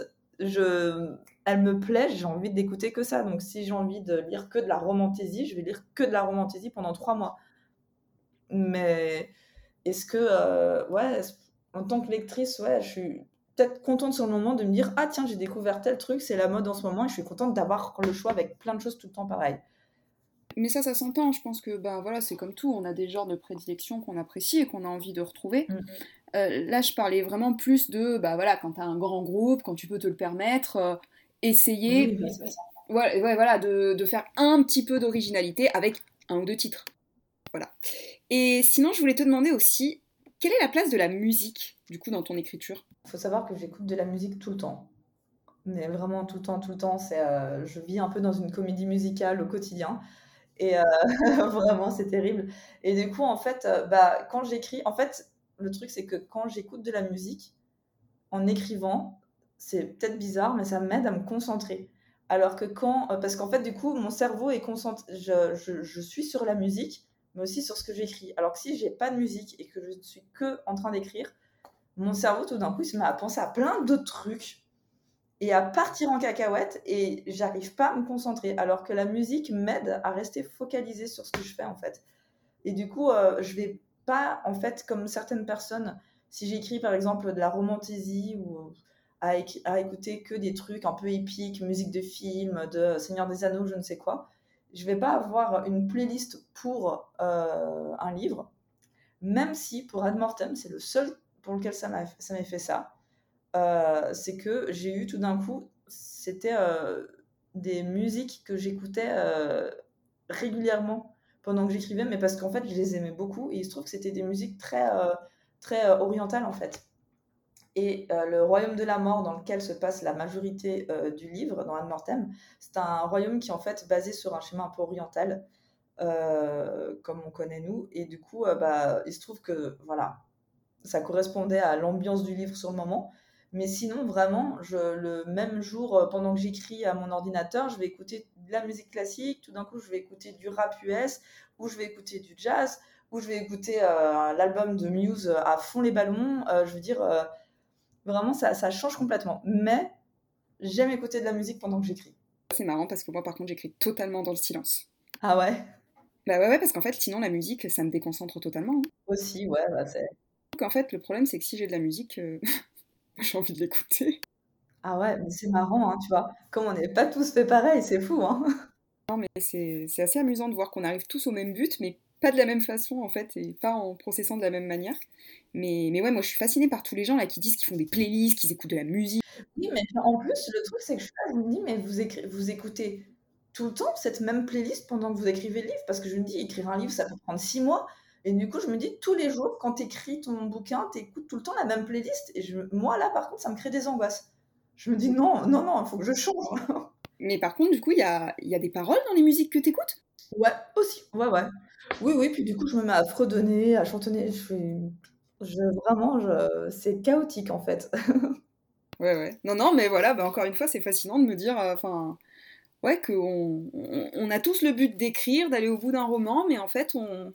Elle me plaît, j'ai envie d'écouter que ça. Donc si j'ai envie de lire que de la romantaisie, je vais lire que de la romantaisie pendant 3 mois. Mais est-ce que, en tant que lectrice, ouais, je suis peut-être contente sur le moment de me dire ah tiens, j'ai découvert tel truc, c'est la mode en ce moment, et je suis contente d'avoir le choix avec plein de choses tout le temps pareil. Mais ça s'entend. Je pense que voilà, c'est comme tout. On a des genres de prédilection qu'on apprécie et qu'on a envie de retrouver. Là, je parlais vraiment plus de voilà, quand tu as un grand groupe, quand tu peux te le permettre, essayer voilà, de faire un petit peu d'originalité avec un ou deux titres. Voilà. Et sinon, je voulais te demander aussi, quelle est la place de la musique, du coup, dans ton écriture? Il faut savoir que j'écoute de la musique tout le temps. Mais vraiment tout le temps, tout le temps. Je vis un peu dans une comédie musicale au quotidien. Et vraiment, c'est terrible. Et du coup, en fait, quand j'écris, en fait, le truc, c'est que quand j'écoute de la musique, en écrivant, c'est peut-être bizarre, mais ça m'aide à me concentrer. Alors que parce qu'en fait, du coup, mon cerveau est concentré, je suis sur la musique, mais aussi sur ce que j'écris. Alors que si j'ai pas de musique et que je ne suis que en train d'écrire, mon cerveau, tout d'un coup, il se met à penser à plein d'autres trucs et à partir en cacahuète et j'arrive pas à me concentrer. Alors que la musique m'aide à rester focalisée sur ce que je fais, en fait. Et du coup, je vais pas, en fait, comme certaines personnes, si j'écris par exemple de la romantaisie ou à écouter que des trucs un peu épiques, musique de film, de Seigneur des Anneaux, je ne sais quoi, je vais pas avoir une playlist pour un livre, même si pour Ad Mortem, c'est le seul pour lequel ça m'a fait ça. C'est que j'ai eu tout d'un coup, c'était des musiques que j'écoutais régulièrement pendant que j'écrivais, mais parce qu'en fait, je les aimais beaucoup et il se trouve que c'était des musiques très orientales en fait. Et le royaume de la mort dans lequel se passe la majorité du livre, dans Ad Mortem, c'est un royaume qui est en fait basé sur un schéma un peu oriental, comme on connaît nous. Et du coup, il se trouve que voilà, ça correspondait à l'ambiance du livre sur le moment. Mais sinon, vraiment, le même jour, pendant que j'écris à mon ordinateur, je vais écouter de la musique classique, tout d'un coup, je vais écouter du rap US, ou je vais écouter du jazz, ou je vais écouter l'album de Muse à fond les ballons. Je veux dire, vraiment, ça change complètement. Mais j'aime écouter de la musique pendant que j'écris. C'est marrant parce que moi, par contre, j'écris totalement dans le silence. Ah ouais? Bah ouais, parce qu'en fait, sinon, la musique, ça me déconcentre totalement. Hein. Aussi, ouais, c'est... Donc, en fait, le problème, c'est que si j'ai de la musique, j'ai envie de l'écouter. Ah ouais, mais c'est marrant, hein, tu vois. Comme on n'est pas tous fait pareil, c'est fou, hein. Non, mais c'est assez amusant de voir qu'on arrive tous au même but, mais pas de la même façon, en fait, et pas en processant de la même manière. Mais ouais, moi, je suis fascinée par tous les gens là qui disent qu'ils font des playlists, qu'ils écoutent de la musique. Oui, mais en plus, le truc, c'est que je me dis, mais vous écoutez tout le temps cette même playlist pendant que vous écrivez le livre? Parce que je me dis, écrire un livre, ça peut prendre 6 mois. Et du coup, je me dis, tous les jours, quand tu écris ton bouquin, tu écoutes tout le temps la même playlist. Et moi, là, par contre, ça me crée des angoisses. Je me dis, non, non, non, il faut que je change. Mais par contre, du coup, il y a des paroles dans les musiques que t'écoutes? Ouais, aussi. Ouais, ouais. Oui, oui. Puis du coup, je me mets à fredonner, à chantonner. Vraiment, c'est chaotique, en fait. Ouais, ouais. Non, non, mais voilà, encore une fois, c'est fascinant de me dire, enfin, ouais, qu'on a tous le but d'écrire, d'aller au bout d'un roman, mais en fait,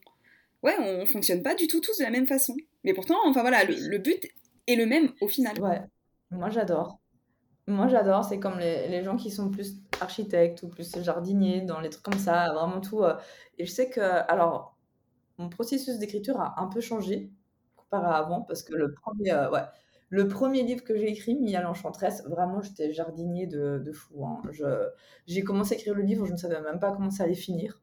on fonctionne pas du tout tous de la même façon. Mais pourtant, enfin voilà, le but est le même au final. Ouais, moi j'adore. Moi, j'adore, c'est comme les gens qui sont plus architectes ou plus jardiniers, dans les trucs comme ça, vraiment tout. Et je sais que, alors, mon processus d'écriture a un peu changé comparé à avant, parce que le premier livre que j'ai écrit, Mia l'Enchanteresse, vraiment, j'étais jardinier de fou. Hein. J'ai commencé à écrire le livre, je ne savais même pas comment ça allait finir.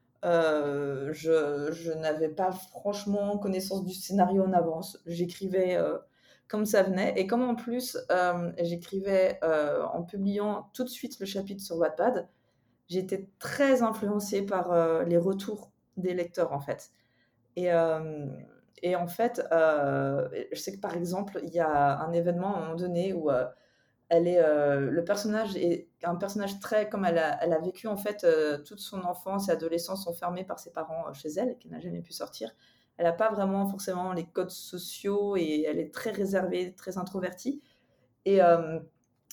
Je n'avais pas franchement connaissance du scénario en avance. J'écrivais comme ça venait. Et comme en plus, j'écrivais en publiant tout de suite le chapitre sur Wattpad, j'étais très influencée par les retours des lecteurs, en fait. Et, euh, et en fait, je sais que par exemple, il y a un événement à un moment donné où le personnage est un personnage très, comme elle a vécu en fait toute son enfance et adolescence enfermée par ses parents chez elle, et qu'elle n'a jamais pu sortir. Elle n'a pas vraiment forcément les codes sociaux et elle est très réservée, très introvertie. Et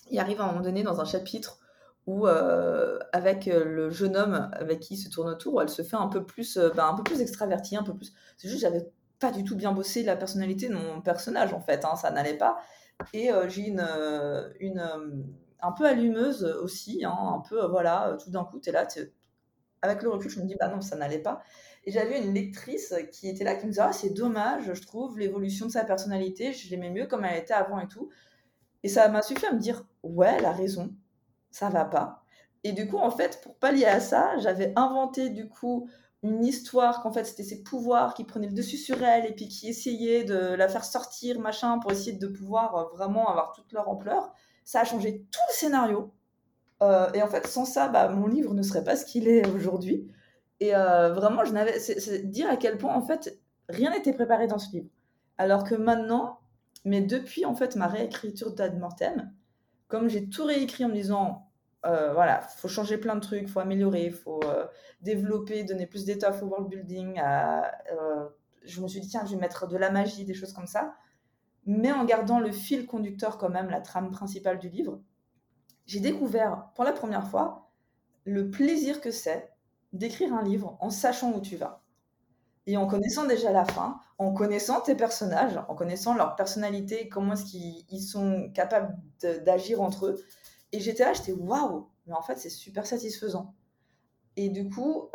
il arrive à un moment donné dans un chapitre où, avec le jeune homme avec qui il se tourne autour, elle se fait un peu plus, un peu plus extravertie, un peu plus. C'est juste, j'avais pas du tout bien bossé la personnalité de mon personnage, en fait, hein, ça n'allait pas. Et j'ai un peu allumeuse aussi, hein, un peu, voilà, tout d'un coup, tu es là, avec le recul, je me dis, bah non, ça n'allait pas. Et j'avais une lectrice qui était là, qui me disait, ah, c'est dommage, je trouve, l'évolution de sa personnalité, je l'aimais mieux comme elle était avant et tout. Et ça m'a suffi à me dire, ouais, elle a raison, ça va pas. Et du coup, en fait, pour pallier à ça, j'avais inventé du coup une histoire qu'en fait c'était ses pouvoirs qui prenaient le dessus sur elle et puis qui essayaient de la faire sortir, machin, pour essayer de pouvoir vraiment avoir toute leur ampleur. Ça a changé tout le scénario. Et en fait, sans ça, bah, mon livre ne serait pas ce qu'il est aujourd'hui. Et vraiment, c'est dire à quel point, en fait, rien n'était préparé dans ce livre. Alors que maintenant, mais depuis, en fait, ma réécriture d'Ad Mortem, comme j'ai tout réécrit en me disant, voilà, faut changer plein de trucs, faut améliorer, faut développer, donner plus d'étoffe au world building. Je me suis dit, tiens, je vais mettre de la magie, des choses comme ça, mais en gardant le fil conducteur quand même, la trame principale du livre. J'ai découvert pour la première fois le plaisir que c'est d'écrire un livre en sachant où tu vas. Et en connaissant déjà la fin, en connaissant tes personnages, en connaissant leur personnalité, comment est-ce qu'ils sont capables d'agir entre eux. Et j'étais là, j'étais waouh, mais en fait c'est super satisfaisant. Et du coup,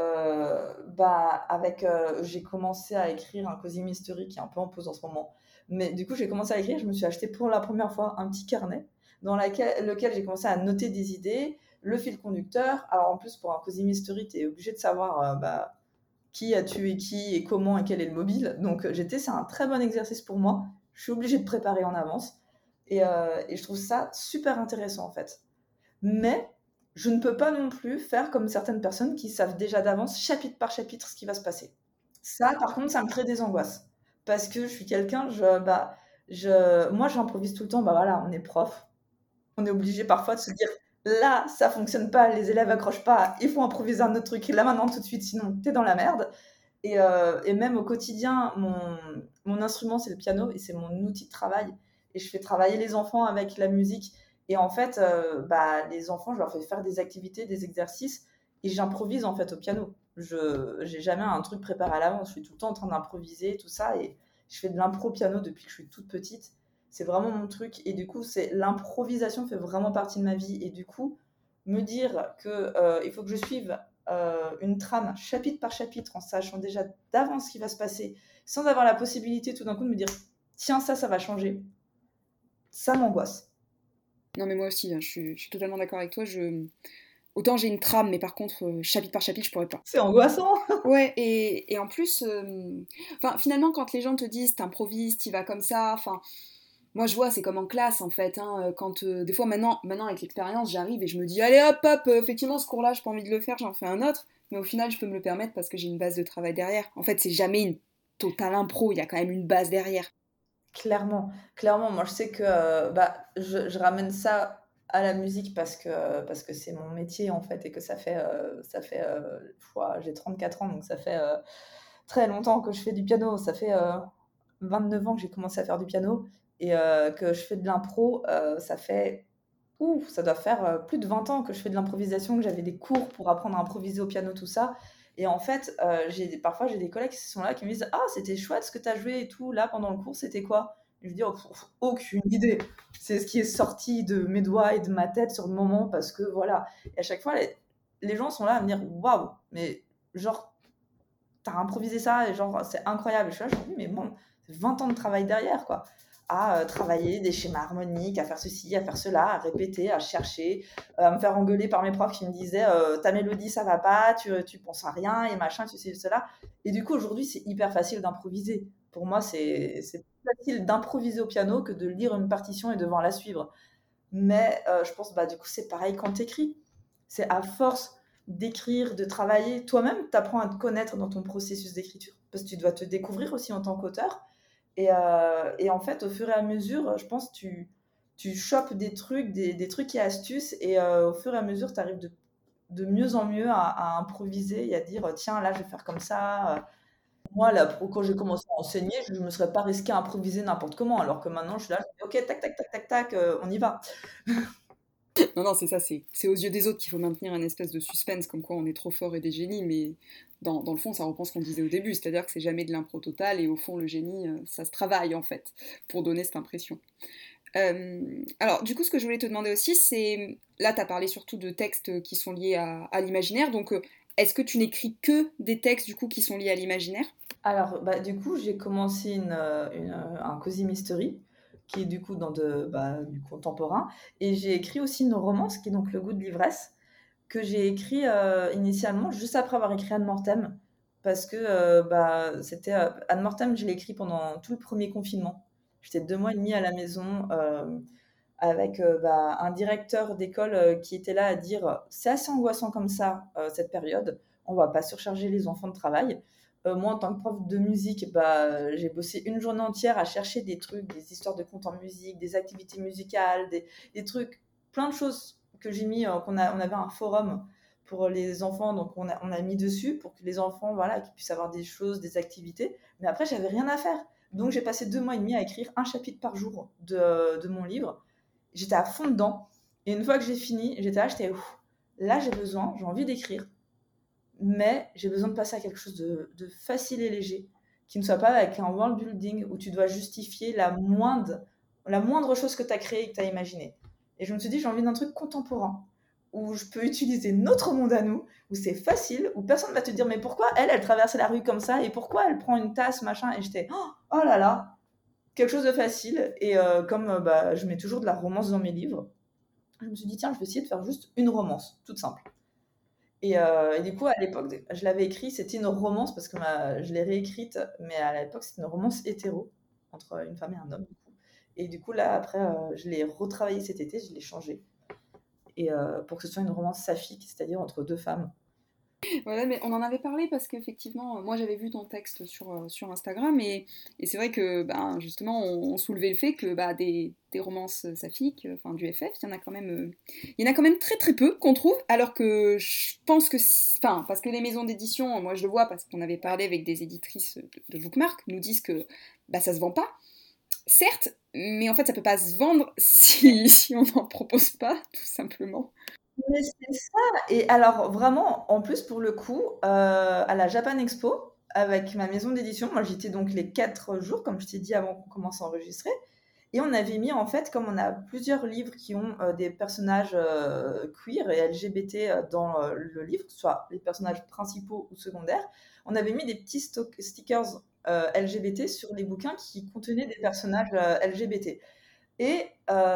j'ai commencé à écrire un Cozy Mystery qui est un peu en pause en ce moment. Mais du coup, j'ai commencé à écrire, je me suis acheté pour la première fois un petit carnet lequel j'ai commencé à noter des idées, le fil conducteur. Alors en plus, pour un Cozy Mystery, tu es obligé de savoir qui a tué qui et comment et quel est le mobile. Donc c'est un très bon exercice pour moi. Je suis obligée de préparer en avance. Et je trouve ça super intéressant en fait. Mais je ne peux pas non plus faire comme certaines personnes qui savent déjà d'avance, chapitre par chapitre, ce qui va se passer. Ça, par contre, ça me crée des angoisses. Parce que je suis quelqu'un, moi, j'improvise tout le temps. Bah voilà, on est prof. On est obligé parfois de se dire, là, ça fonctionne pas, les élèves accrochent pas, il faut improviser un autre truc là maintenant tout de suite, sinon t'es dans la merde. Et même au quotidien, mon instrument, c'est le piano et c'est mon outil de travail. Et je fais travailler les enfants avec la musique. Et en fait, les enfants, je leur fais faire des activités, des exercices, et j'improvise en fait au piano. Je n'ai jamais un truc préparé à l'avance. Je suis tout le temps en train d'improviser, tout ça. Et je fais de l'impro piano depuis que je suis toute petite. C'est vraiment mon truc. Et du coup, l'improvisation fait vraiment partie de ma vie. Et du coup, me dire qu'il faut que je suive une trame chapitre par chapitre en sachant déjà d'avance ce qui va se passer, sans avoir la possibilité tout d'un coup de me dire tiens, ça va changer, ça m'angoisse. Non mais moi aussi, hein, je suis totalement d'accord avec toi. Autant j'ai une trame, mais par contre, chapitre par chapitre, je pourrais pas. C'est angoissant. Ouais, et en plus, finalement, quand les gens te disent t'improvises, t'y vas comme ça, moi je vois, c'est comme en classe en fait, hein, quand des fois maintenant avec l'expérience, j'arrive et je me dis allez hop hop, effectivement ce cours-là, j'ai pas envie de le faire, j'en fais un autre, mais au final je peux me le permettre parce que j'ai une base de travail derrière. En fait, c'est jamais une totale impro, il y a quand même une base derrière. Clairement, moi je sais que je ramène ça à la musique parce que c'est mon métier en fait et que j'ai 34 ans donc ça fait très longtemps que je fais du piano, ça fait 29 ans que j'ai commencé à faire du piano et que je fais de l'impro, ça doit faire plus de 20 ans que je fais de l'improvisation, que j'avais des cours pour apprendre à improviser au piano, tout ça. Et en fait, parfois j'ai des collègues qui sont là qui me disent ah, c'était chouette ce que tu as joué et tout, là pendant le cours, c'était quoi? Et je dis oh, aucune idée. C'est ce qui est sorti de mes doigts et de ma tête sur le moment parce que voilà. Et à chaque fois, les gens sont là à me dire waouh, mais genre, t'as improvisé ça et genre, c'est incroyable. Et je suis là, je me dis mais bon, c'est 20 ans de travail derrière quoi. À travailler des schémas harmoniques, à faire ceci, à faire cela, à répéter, à chercher, à me faire engueuler par mes profs qui me disaient ta mélodie ça va pas, tu penses à rien et machin, tu sais cela. Et du coup aujourd'hui c'est hyper facile d'improviser. Pour moi c'est plus facile d'improviser au piano que de lire une partition et devoir la suivre. Mais je pense du coup c'est pareil quand t'écris. C'est à force d'écrire, de travailler, toi-même t'apprends à te connaître dans ton processus d'écriture parce que tu dois te découvrir aussi en tant qu'auteur. Et en fait, au fur et à mesure, je pense tu chopes des trucs, des trucs et astuces, et au fur et à mesure, tu arrives de mieux en mieux à improviser et à dire tiens, là, je vais faire comme ça. Moi, là, quand j'ai commencé à enseigner, je ne me serais pas risquée à improviser n'importe comment, alors que maintenant, je suis là, je dis, ok, tac, tac, tac, tac, tac, on y va. Non, non, c'est ça, c'est aux yeux des autres qu'il faut maintenir un espèce de suspense, comme quoi on est trop fort et des génies, mais dans le fond, ça reprend ce qu'on disait au début, c'est-à-dire que c'est jamais de l'impro total, et au fond, le génie, ça se travaille, en fait, pour donner cette impression. Alors, du coup, ce que je voulais te demander aussi, c'est, là, tu as parlé surtout de textes qui sont liés à l'imaginaire, donc est-ce que tu n'écris que des textes, du coup, qui sont liés à l'imaginaire? Alors, bah, du coup, j'ai commencé un Cozy Mystery, qui est du coup du contemporain, et j'ai écrit aussi une romance, qui est donc Le goût de l'ivresse, que j'ai écrit initialement juste après avoir écrit Anne Mortem, parce que c'était Anne Mortem, je l'ai écrit pendant tout le premier confinement. J'étais 2 mois et demi à la maison avec un directeur d'école qui était là à dire c'est assez angoissant comme ça cette période, on va pas surcharger les enfants de travail. Moi, en tant que prof de musique, j'ai bossé une journée entière à chercher des trucs, des histoires de contes en musique, des activités musicales, des trucs, plein de choses que j'ai mis, on avait un forum pour les enfants, donc on a mis dessus pour que les enfants, voilà, qu'ils puissent avoir des choses, des activités. Mais après, j'avais rien à faire. Donc, j'ai passé 2 mois et demi à écrire un chapitre par jour de mon livre. J'étais à fond dedans. Et une fois que j'ai fini, j'étais là, là, j'ai envie d'écrire, mais j'ai besoin de passer à quelque chose de facile et léger, qui ne soit pas avec un world building où tu dois justifier la moindre chose que tu as créée et que tu as imaginée. Et je me suis dit, j'ai envie d'un truc contemporain, où je peux utiliser notre monde à nous, où c'est facile, où personne ne va te dire, mais pourquoi elle traversait la rue comme ça, et pourquoi elle prend une tasse, machin, et j'étais, oh là là, quelque chose de facile. Et comme je mets toujours de la romance dans mes livres, je me suis dit, tiens, je vais essayer de faire juste une romance, toute simple. Et du coup, à l'époque, je l'avais écrit, c'était une romance, parce que je l'ai réécrite, mais à l'époque, c'était une romance hétéro, entre une femme et un homme, du coup. Et du coup, là, après, je l'ai retravaillé cet été, je l'ai changé. Et pour que ce soit une romance saphique, c'est-à-dire entre deux femmes. Voilà, mais on en avait parlé parce qu'effectivement, moi j'avais vu ton texte sur Instagram et c'est vrai que ben, justement on soulevait le fait que bah, des romances saphiques, enfin du FF, il y en a quand même très très peu qu'on trouve, alors que je pense que, enfin, parce que les maisons d'édition, moi je le vois parce qu'on avait parlé avec des éditrices de Bookmark, nous disent que bah, ça se vend pas, certes, mais en fait ça peut pas se vendre si on n'en propose pas, tout simplement. Mais c'est ça. Et alors, vraiment, en plus, pour le coup, à la Japan Expo, avec ma maison d'édition, moi j'étais donc les 4 jours, comme je t'ai dit avant qu'on commence à enregistrer. Et on avait mis, en fait, comme on a plusieurs livres qui ont des personnages queer et LGBT dans le livre, que ce soit les personnages principaux ou secondaires, on avait mis des petits stickers LGBT sur les bouquins qui contenaient des personnages LGBT. Et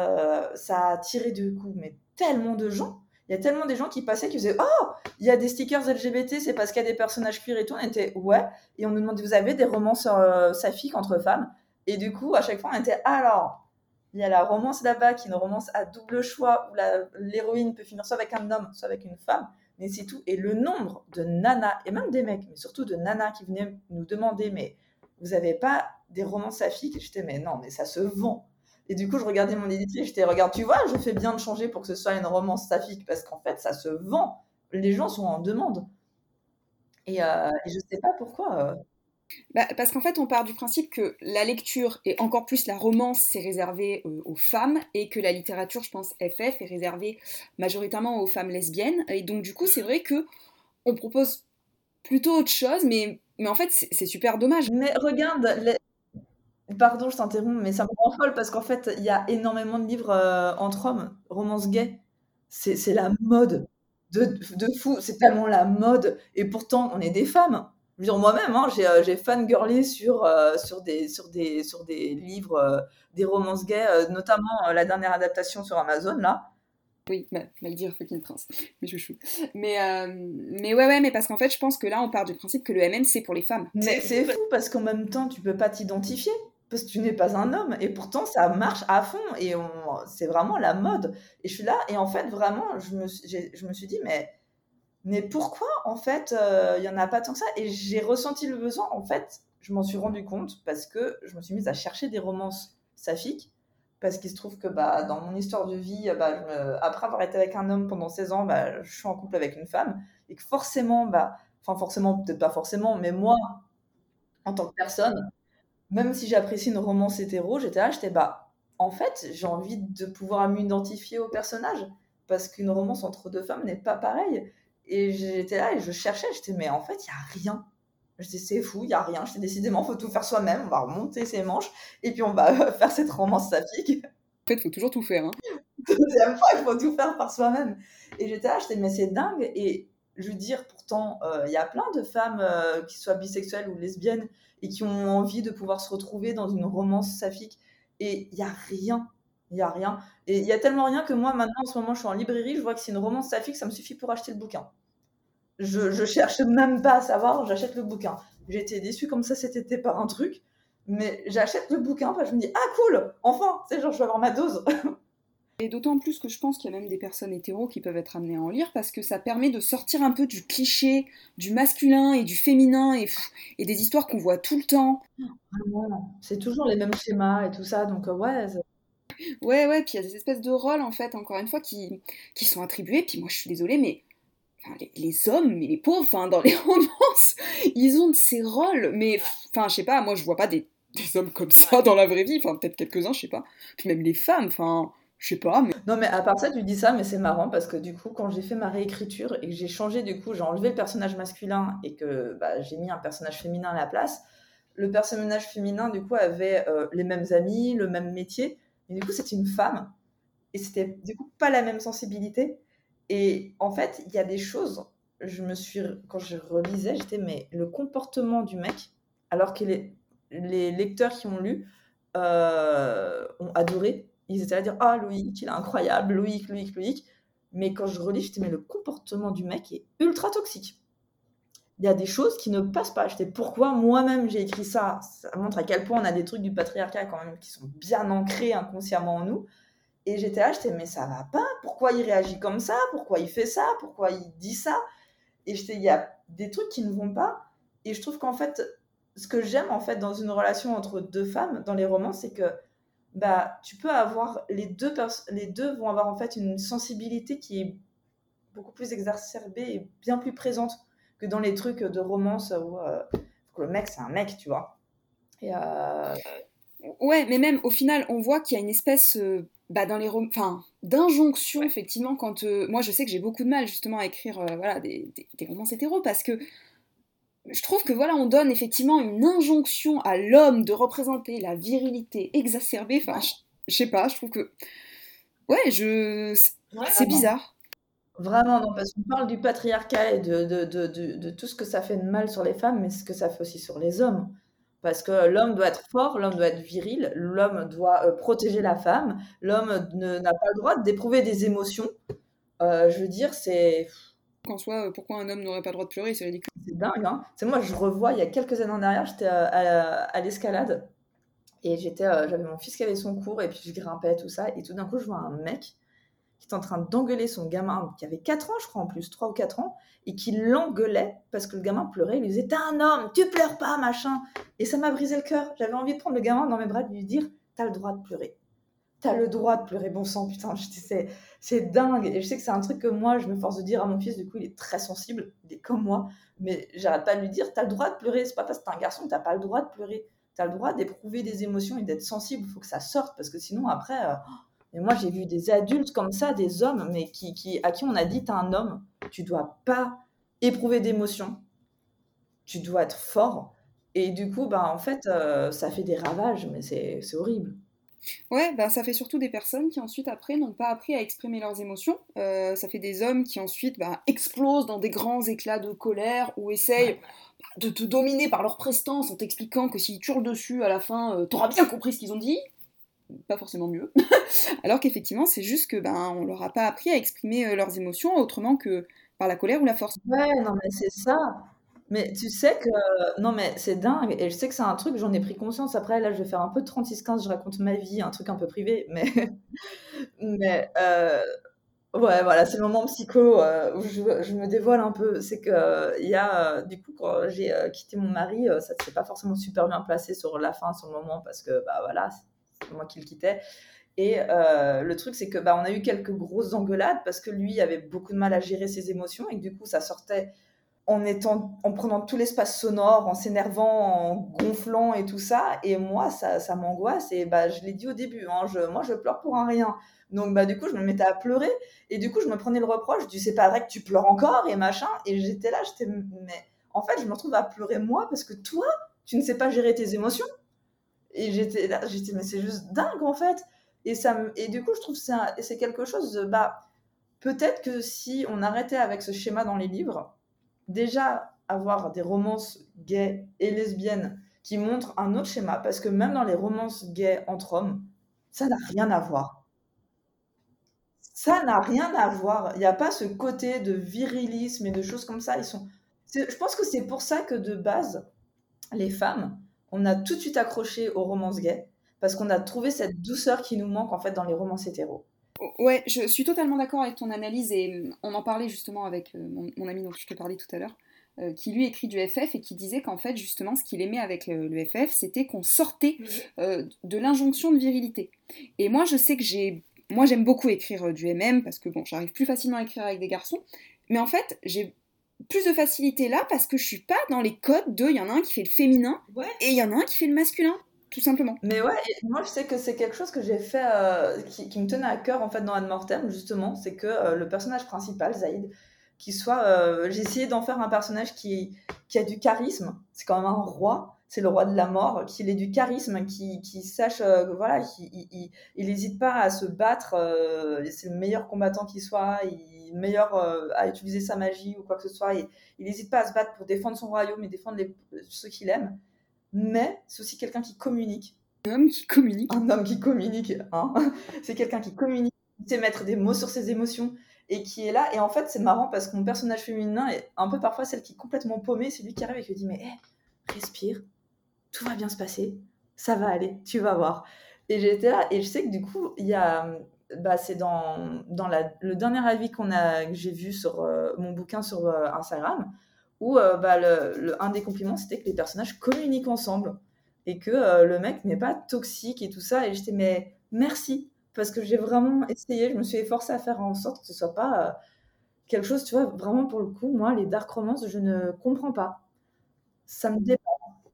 ça a attiré du coup mais tellement de gens. Il y a tellement de gens qui passaient qui faisaient oh, il y a des stickers LGBT, c'est parce qu'il y a des personnages queer et tout. On était ouais. Et on nous demandait vous avez des romances saphiques entre femmes. Et du coup, à chaque fois, on était alors. Il y a la romance là-bas qui est une romance à double choix où l'héroïne peut finir soit avec un homme, soit avec une femme. Mais c'est tout. Et le nombre de nanas, et même des mecs, mais surtout de nanas qui venaient nous demander mais vous avez pas des romances saphiques? Et j'étais mais non, mais ça se vend. Et du coup, je regardais mon éditrice, j'étais, regarde, tu vois, je fais bien de changer pour que ce soit une romance saphique parce qu'en fait, ça se vend. Les gens sont en demande. Et je sais pas pourquoi. Bah, parce qu'en fait, on part du principe que la lecture, et encore plus la romance, c'est réservé aux femmes, et que la littérature, je pense, FF, est réservée majoritairement aux femmes lesbiennes. Et donc, du coup, c'est vrai que on propose plutôt autre chose, mais en fait, c'est super dommage. Mais regarde, pardon, je t'interromps, mais ça me rend folle parce qu'en fait, il y a énormément de livres entre hommes, romances gays. C'est la mode de fou, c'est tellement la mode. Et pourtant, on est des femmes. Je veux dire, moi-même, hein, j'ai fangirlé sur des livres, des romances gays, notamment la dernière adaptation sur Amazon, là. Oui, bah, My Dear Fucking Prince, mes chouchous. Mais ouais, ouais, mais parce qu'en fait, je pense que là, on part du principe que le MM, c'est pour les femmes. Mais c'est fou parce qu'en même temps, tu peux pas t'identifier parce que tu n'es pas un homme et pourtant ça marche à fond et c'est vraiment la mode. Et je suis là et en fait vraiment, je me suis dit mais pourquoi en fait il y en a pas tant que ça? Et j'ai ressenti le besoin en fait, je m'en suis rendu compte parce que je me suis mise à chercher des romances saphiques parce qu'il se trouve que dans mon histoire de vie, après avoir été avec un homme pendant 16 ans, je suis en couple avec une femme et que forcément, enfin forcément, peut-être pas forcément, mais moi, en tant que personne. Même si j'apprécie une romance hétéro, j'étais bah, en fait, j'ai envie de pouvoir m'identifier au personnage, parce qu'une romance entre deux femmes n'est pas pareille. Et j'étais là et je cherchais, j'étais, mais en fait, il n'y a rien. J'étais, c'est fou, il n'y a rien. J'étais décidément, il faut tout faire soi-même, on va remonter ses manches, et puis on va faire cette romance saphique. En fait, il faut toujours tout faire. Hein. Deuxième fois, il faut tout faire par soi-même. Et j'étais là, j'étais, mais c'est dingue. Et je veux dire, pourtant, il y a plein de femmes qui soient bisexuelles ou lesbiennes et qui ont envie de pouvoir se retrouver dans une romance saphique. Et il n'y a rien. Il n'y a rien. Et il y a tellement rien que moi, maintenant, en ce moment, je suis en librairie, je vois que c'est une romance saphique, ça me suffit pour acheter le bouquin. Je cherche même pas à savoir, j'achète le bouquin. J'ai été déçue comme ça cet été par un truc, mais j'achète le bouquin parce que je me dis, ah cool, enfin, c'est genre, je vais avoir ma dose. Et d'autant plus que je pense qu'il y a même des personnes hétéros qui peuvent être amenées à en lire parce que ça permet de sortir un peu du cliché du masculin et du féminin et des histoires qu'on voit tout le temps. Vraiment, c'est toujours les mêmes schémas et tout ça, donc ouais, Ouais, ouais, puis il y a des espèces de rôles en fait, encore une fois, qui sont attribués. Puis moi je suis désolée, mais enfin, les hommes, mais les pauvres, enfin, dans les romances, ils ont de ces rôles. Mais enfin, je sais pas, moi je vois pas des hommes comme ça dans la vraie vie. Enfin, peut-être quelques-uns, je sais pas. Puis même les femmes, enfin, je sais pas, mais. non, mais à part ça, tu dis ça, mais c'est marrant parce que du coup, quand j'ai fait ma réécriture et que j'ai changé, du coup, j'ai enlevé le personnage masculin et que bah, j'ai mis un personnage féminin à la place, le personnage féminin, du coup, avait les mêmes amis, le même métier, mais du coup, c'était une femme et c'était du coup pas la même sensibilité. Et en fait, il y a des choses, quand je relisais, j'étais, mais le comportement du mec, alors que les lecteurs qui ont lu ont adoré. Ils étaient là à dire ah Loïc, il est incroyable, Loïc, Loïc, Loïc. Mais quand je relis, j'étais mais le comportement du mec est ultra toxique. Il y a des choses qui ne passent pas. J'étais pourquoi moi-même j'ai écrit ça. Ça montre à quel point on a des trucs du patriarcat quand même qui sont bien ancrés inconsciemment en nous. Et j'étais là, j'étais mais ça va pas. Pourquoi il réagit comme ça? Pourquoi il fait ça? Pourquoi il dit ça? Et j'étais il y a des trucs qui ne vont pas. Et je trouve qu'en fait, ce que j'aime en fait dans une relation entre deux femmes dans les romans, c'est que bah, tu peux avoir les deux vont avoir en fait une sensibilité qui est beaucoup plus exacerbée et bien plus présente que dans les trucs de romance où le mec c'est un mec, tu vois. Et Ouais, mais même au final, on voit qu'il y a une espèce, bah, dans les enfin, d'injonction, effectivement, quand. Moi, je sais que j'ai beaucoup de mal, justement, à écrire voilà, des romances hétéros parce que je trouve que voilà, on donne effectivement une injonction à l'homme de représenter la virilité exacerbée. Enfin, je sais pas, je trouve que ouais, c'est vraiment, bizarre. vraiment non, parce qu'on parle du patriarcat et de tout ce que ça fait de mal sur les femmes, mais ce que ça fait aussi sur les hommes. Parce que l'homme doit être fort, l'homme doit être viril, l'homme doit protéger la femme, l'homme n'a pas le droit d'éprouver des émotions. Je veux dire, Qu'en soit, pourquoi un homme n'aurait pas le droit de pleurer, c'est ridicule. c'est dingue. Hein. C'est moi, je revois il y a quelques années en arrière, j'étais à l'escalade et j'avais mon fils qui avait son cours et puis je grimpais tout ça et tout d'un coup je vois un mec qui est en train d'engueuler son gamin qui avait 4 ans, je crois en plus, 3 ou 4 ans, et qui l'engueulait parce que le gamin pleurait. Il lui disait t'es un homme, tu pleures pas, machin. Et ça m'a brisé le cœur. J'avais envie de prendre le gamin dans mes bras et de lui dire t'as le droit de pleurer. T'as le droit de pleurer, bon sang, putain, c'est dingue. Et je sais que c'est un truc que moi, je me force de dire à mon fils, du coup, il est très sensible, il est comme moi, mais j'arrête pas de lui dire, t'as le droit de pleurer, c'est pas parce que t'es un garçon que t'as pas le droit de pleurer. T'as le droit d'éprouver des émotions et d'être sensible, il faut que ça sorte, parce que sinon, après, et moi, j'ai vu des adultes comme ça, des hommes, mais à qui on a dit, t'es un homme, tu dois pas éprouver d'émotions, tu dois être fort. Et du coup, bah, en fait, ça fait des ravages, mais c'est horrible. Ouais, bah, ça fait surtout des personnes qui ensuite après n'ont pas appris à exprimer leurs émotions. Ça fait des hommes qui ensuite bah, explosent dans des grands éclats de colère ou essayent bah, de te dominer par leur prestance en t'expliquant que s'ils te hurlent dessus à la fin, t'auras bien compris ce qu'ils ont dit. Pas forcément mieux. Alors qu'effectivement, c'est juste que ben on leur a pas appris à exprimer leurs émotions autrement que par la colère ou la force. Ouais, non, mais c'est ça. Mais tu sais que non, mais c'est dingue et je sais que c'est un truc, j'en ai pris conscience après, là, je vais faire un peu de 36-15, je raconte ma vie, un truc un peu privé, mais mais ouais, voilà, c'est le moment psycho, où je me dévoile un peu. C'est que, il y a, du coup, quand j'ai, quitté mon mari, ça ne s'est pas forcément super bien placé sur la fin, sur le moment parce que, bah, voilà, c'est moi qui le quittais et le truc, c'est que, bah, on a eu quelques grosses engueulades parce que lui avait beaucoup de mal à gérer ses émotions et que du coup, ça sortait en prenant tout l'espace sonore, en s'énervant, en gonflant et tout ça. Et moi, ça m'angoisse. Et bah, je l'ai dit au début, hein, moi, je pleure pour un rien. Donc, bah, du coup, je me mettais à pleurer. Et du coup, je me prenais le reproche du c'est pas vrai que tu pleures encore et machin. Et j'étais là, mais en fait, je me retrouve à pleurer moi parce que toi, tu ne sais pas gérer tes émotions. Et j'étais là, mais c'est juste dingue en fait. Et du coup, je trouve que c'est quelque chose de, bah, peut-être que si on arrêtait avec ce schéma dans les livres, déjà avoir des romances gays et lesbiennes qui montrent un autre schéma, parce que même dans les romances gays entre hommes, ça n'a rien à voir. Ça n'a rien à voir. Il n'y a pas ce côté de virilisme et de choses comme ça. Je pense que c'est pour ça que de base, les femmes, on a tout de suite accroché aux romances gays, parce qu'on a trouvé cette douceur qui nous manque en fait dans les romances hétéros. Ouais, je suis totalement d'accord avec ton analyse et on en parlait justement avec mon ami dont je te parlais tout à l'heure, qui lui écrit du FF et qui disait qu'en fait justement ce qu'il aimait avec le FF c'était qu'on sortait de l'injonction de virilité. Et moi je sais que moi j'aime beaucoup écrire du MM parce que bon j'arrive plus facilement à écrire avec des garçons, mais en fait j'ai plus de facilité là parce que je suis pas dans les codes de il y en a un qui fait le féminin et il y en a un qui fait le masculin. Tout simplement. Mais ouais, et moi je sais que c'est quelque chose que j'ai fait, qui me tenait à cœur en fait dans Anne Mortem, justement, c'est que le personnage principal, Zaïd, j'ai essayé d'en faire un personnage qui a du charisme, c'est quand même un roi, c'est le roi de la mort, qu'il ait du charisme, qui sache, voilà, il n'hésite pas à se battre, c'est le meilleur combattant qui soit, il est meilleur à utiliser sa magie ou quoi que ce soit, il n'hésite pas à se battre pour défendre son royaume et défendre ceux qu'il aime. Mais c'est aussi quelqu'un qui communique. Un homme qui communique. Un homme qui communique, hein. C'est quelqu'un qui communique, qui sait mettre des mots sur ses émotions et qui est là. Et en fait, c'est marrant parce que mon personnage féminin est un peu parfois celle qui est complètement paumée. C'est lui qui arrive et qui dit mais respire, tout va bien se passer, ça va aller, tu vas voir. Et j'étais là et je sais que du coup, il y a, bah, c'est dans le dernier avis que j'ai vu sur mon bouquin sur Instagram, où bah, un des compliments, c'était que les personnages communiquent ensemble et que le mec n'est pas toxique et tout ça. Et j'étais, mais merci, parce que j'ai vraiment essayé, je me suis efforcée à faire en sorte que ce soit pas quelque chose, tu vois, vraiment pour le coup, moi, les dark romances, je ne comprends pas. Ça me dépasse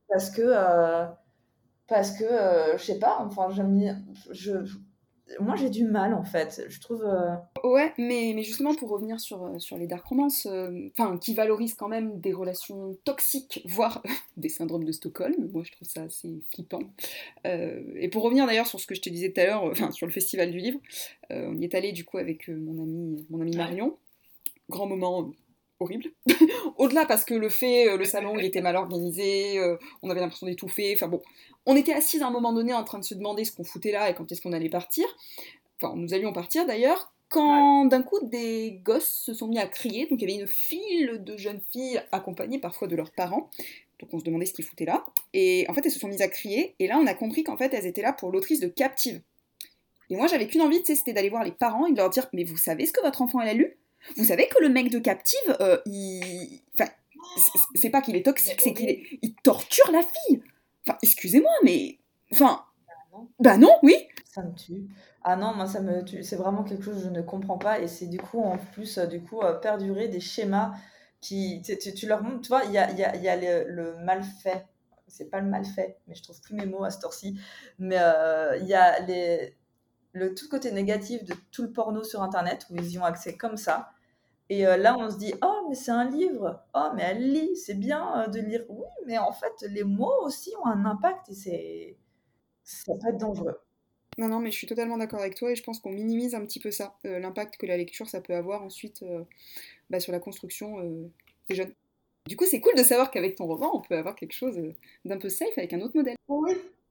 parce que je sais pas, enfin, moi, j'ai du mal, en fait. Je trouve... Ouais, mais justement pour revenir sur les dark romances, qui valorisent quand même des relations toxiques, voire des syndromes de Stockholm, moi je trouve ça assez flippant. Et pour revenir d'ailleurs sur ce que je te disais tout à l'heure, sur le festival du livre, on y est allé du coup avec mon ami Marion, grand moment horrible. Au-delà parce que le salon il était mal organisé, on avait l'impression d'étouffer, enfin bon, on était assis à un moment donné en train de se demander ce qu'on foutait là et quand est-ce qu'on allait partir. Enfin, nous allions partir d'ailleurs, quand d'un coup des gosses se sont mis à crier, donc il y avait une file de jeunes filles accompagnées parfois de leurs parents, donc on se demandait ce qu'ils foutaient là, et en fait elles se sont mises à crier, et là on a compris qu'en fait elles étaient là pour l'autrice de Captive. Et moi j'avais qu'une envie, tu sais, c'était d'aller voir les parents et de leur dire, mais vous savez ce que votre enfant elle a lu ? Vous savez que le mec de Captive, Enfin, c'est pas qu'il est toxique, c'est il torture la fille. Enfin, excusez-moi, mais... Enfin... Bah non, oui. Ça me tue. Ah non, moi ça me tue. C'est vraiment quelque chose que je ne comprends pas. Et c'est du coup, en plus, perdurer des schémas tu leur montres, tu vois, il y a le mal fait. C'est pas le mal fait, mais je trouve plus mes mots à cette heure-ci. Mais il y a le tout côté négatif de tout le porno sur Internet, où ils y ont accès comme ça. Et là, on se dit, oh, mais c'est un livre. Oh, mais elle lit. C'est bien de lire. Oui, mais en fait, les mots aussi ont un impact et ça peut être dangereux. Non, mais je suis totalement d'accord avec toi et je pense qu'on minimise un petit peu ça, l'impact que la lecture ça peut avoir ensuite sur la construction des jeunes. Du coup, c'est cool de savoir qu'avec ton roman, on peut avoir quelque chose d'un peu safe avec un autre modèle. Oui,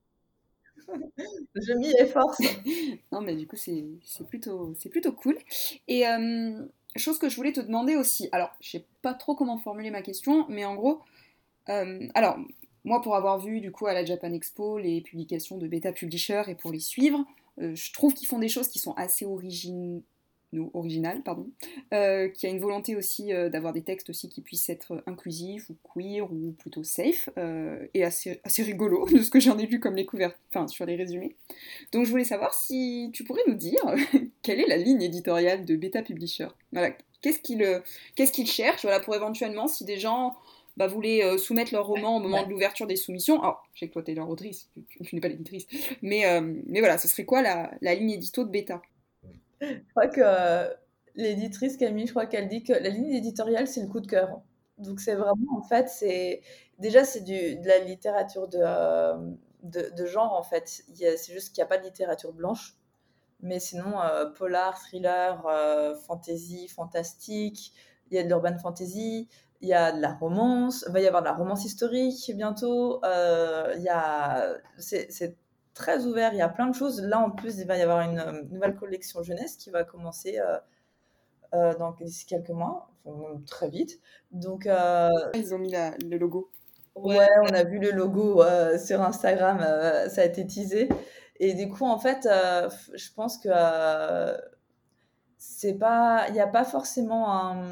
je m'y efforce. Non, mais du coup, c'est plutôt cool. Et chose que je voulais te demander aussi, alors, je sais pas trop comment formuler ma question, mais en gros, alors, moi, pour avoir vu du coup à la Japan Expo les publications de Beta Publisher et pour les suivre, je trouve qu'ils font des choses qui sont assez originales, pardon, qui a une volonté aussi d'avoir des textes aussi qui puissent être inclusifs ou queer ou plutôt safe, et assez rigolo de ce que j'en ai vu comme les couvertures, sur les résumés. Donc je voulais savoir si tu pourrais nous dire quelle est la ligne éditoriale de Beta Publisher. Voilà, qu'est-ce qu'ils cherchent, voilà, pour éventuellement, si des gens voulaient soumettre leur roman au moment de l'ouverture des soumissions. Alors, je sais que toi, t'es leur autrice, tu n'es pas l'éditrice, mais voilà, ce serait quoi la ligne édito de Beta? Je crois que l'éditrice Camille, je crois qu'elle dit que la ligne éditoriale, c'est le coup de cœur. Donc c'est vraiment, en fait, c'est de la littérature de genre, en fait. C'est juste qu'il n'y a pas de littérature blanche. Mais sinon, polar, thriller, fantasy, fantastique, il y a de l'urban fantasy, il y a de la romance, il va y avoir de la romance historique bientôt. C'est très ouvert, il y a plein de choses. Là, en plus, il va y avoir une nouvelle collection jeunesse qui va commencer d'ici quelques mois, enfin, très vite. Donc, Ils ont mis le logo. ouais, on a vu le logo sur Instagram, ça a été teasé. Et du coup, en fait, je pense que il n'y a pas forcément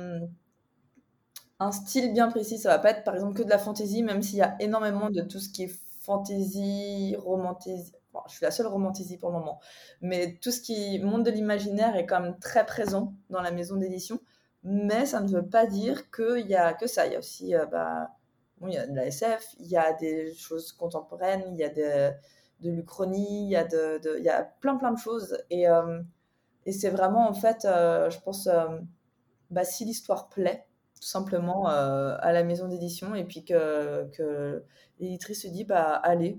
un style bien précis. Ça va pas être, par exemple, que de la fantasy, même s'il y a énormément de tout ce qui est fantasy, romantasy. Bon, je suis la seule romantasy pour le moment, mais tout ce qui monde de l'imaginaire est quand même très présent dans la maison d'édition. Mais ça ne veut pas dire qu'il y a que ça. Il y a aussi, bon, il y a de la SF, il y a des choses contemporaines, il y a de l'Uchronie, il y a plein de choses. Et c'est vraiment, en fait, je pense, si l'histoire plaît, tout simplement, à la maison d'édition, et puis que l'éditrice se dit, allez,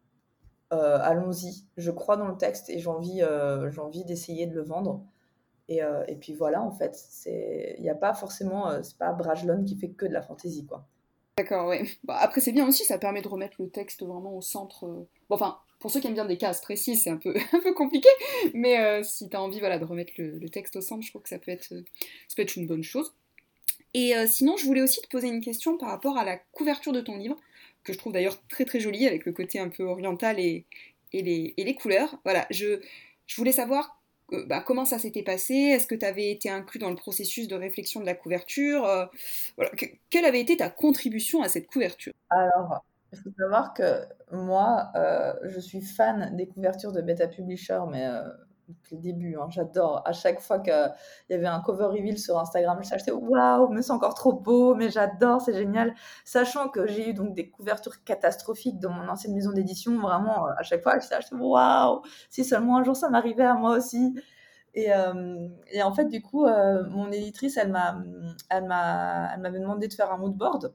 allons-y, je crois dans le texte et j'ai envie d'essayer de le vendre. Et puis voilà, en fait, il n'y a pas forcément, c'est pas Brajlon qui fait que de la fantaisie, quoi. D'accord, ouais. Après, c'est bien aussi, ça permet de remettre le texte vraiment au centre. Bon, enfin, pour ceux qui aiment bien des cases précises, c'est un peu, un peu compliqué, mais si tu as envie voilà, de remettre le texte au centre, je trouve que ça peut être une bonne chose. Et sinon, je voulais aussi te poser une question par rapport à la couverture de ton livre, que je trouve d'ailleurs très très jolie, avec le côté un peu oriental et les couleurs. Voilà, je voulais savoir comment ça s'était passé, est-ce que tu avais été inclus dans le processus de réflexion de la couverture, voilà, quelle avait été ta contribution à cette couverture? Alors, il faut savoir que moi, je suis fan des couvertures de Beta Publisher, mais depuis le début, hein, j'adore. À chaque fois qu'il y avait un cover reveal sur Instagram, j'étais waouh, mais c'est encore trop beau, mais j'adore, c'est génial. Sachant que j'ai eu donc des couvertures catastrophiques dans mon ancienne maison d'édition, vraiment, à chaque fois, j'étais waouh, si seulement un jour ça m'arrivait à moi aussi. Et en fait, du coup, mon éditrice, elle m'avait demandé de faire un mood board.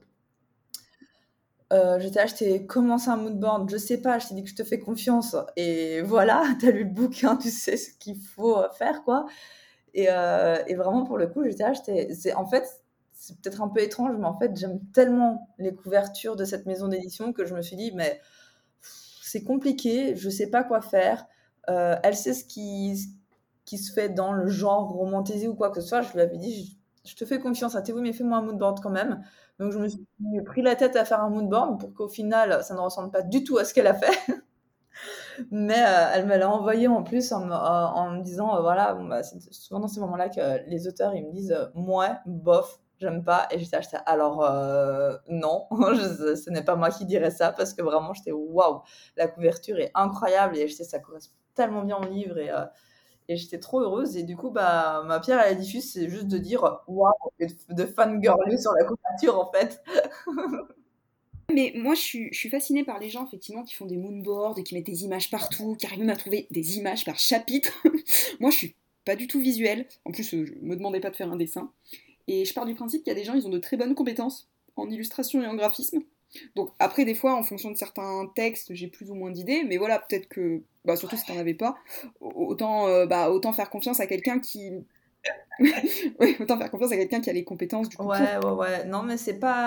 J'étais là, je t'ai commencé un mood board, je sais pas, je t'ai dit que je te fais confiance et voilà, t'as lu le bouquin, tu sais ce qu'il faut faire, quoi. Et vraiment, pour le coup, j'étais là, en fait, c'est peut-être un peu étrange, mais en fait, j'aime tellement les couvertures de cette maison d'édition que je me suis dit, mais c'est compliqué, je sais pas quoi faire. Elle sait ce qui se fait dans le genre romantisé ou quoi que ce soit. Je lui avais dit, je te fais confiance à Théo, mais fais-moi un mood board quand même. Donc je me suis pris la tête à faire un mood board pour qu'au final, ça ne ressemble pas du tout à ce qu'elle a fait. Mais elle me l'a envoyé en plus en me disant, voilà, bon, c'est souvent dans ces moments-là que les auteurs, ils me disent, moi, bof, j'aime pas. Et j'étais acheté, alors non, ce n'est pas moi qui dirais ça, parce que vraiment, j'étais, waouh, la couverture est incroyable, et je sais, ça correspond tellement bien au livre, et j'étais trop heureuse. Et du coup, ma pierre à l'édifice, c'est juste de dire, waouh, et de fangirler sur la couverture, en fait. Mais moi, je suis fascinée par les gens, effectivement, qui font des moonboards et qui mettent des images partout, qui arrivent même à trouver des images par chapitre. Moi, je suis pas du tout visuelle. En plus, je me demandais pas de faire un dessin. Et je pars du principe qu'il y a des gens, ils ont de très bonnes compétences en illustration et en graphisme. Donc après, des fois, en fonction de certains textes, j'ai plus ou moins d'idées, mais voilà, peut-être que, surtout si t'en avais pas, autant faire confiance à quelqu'un qui... Oui, autant faire confiance à quelqu'un qui a les compétences du coup pour. Ouais. Non, mais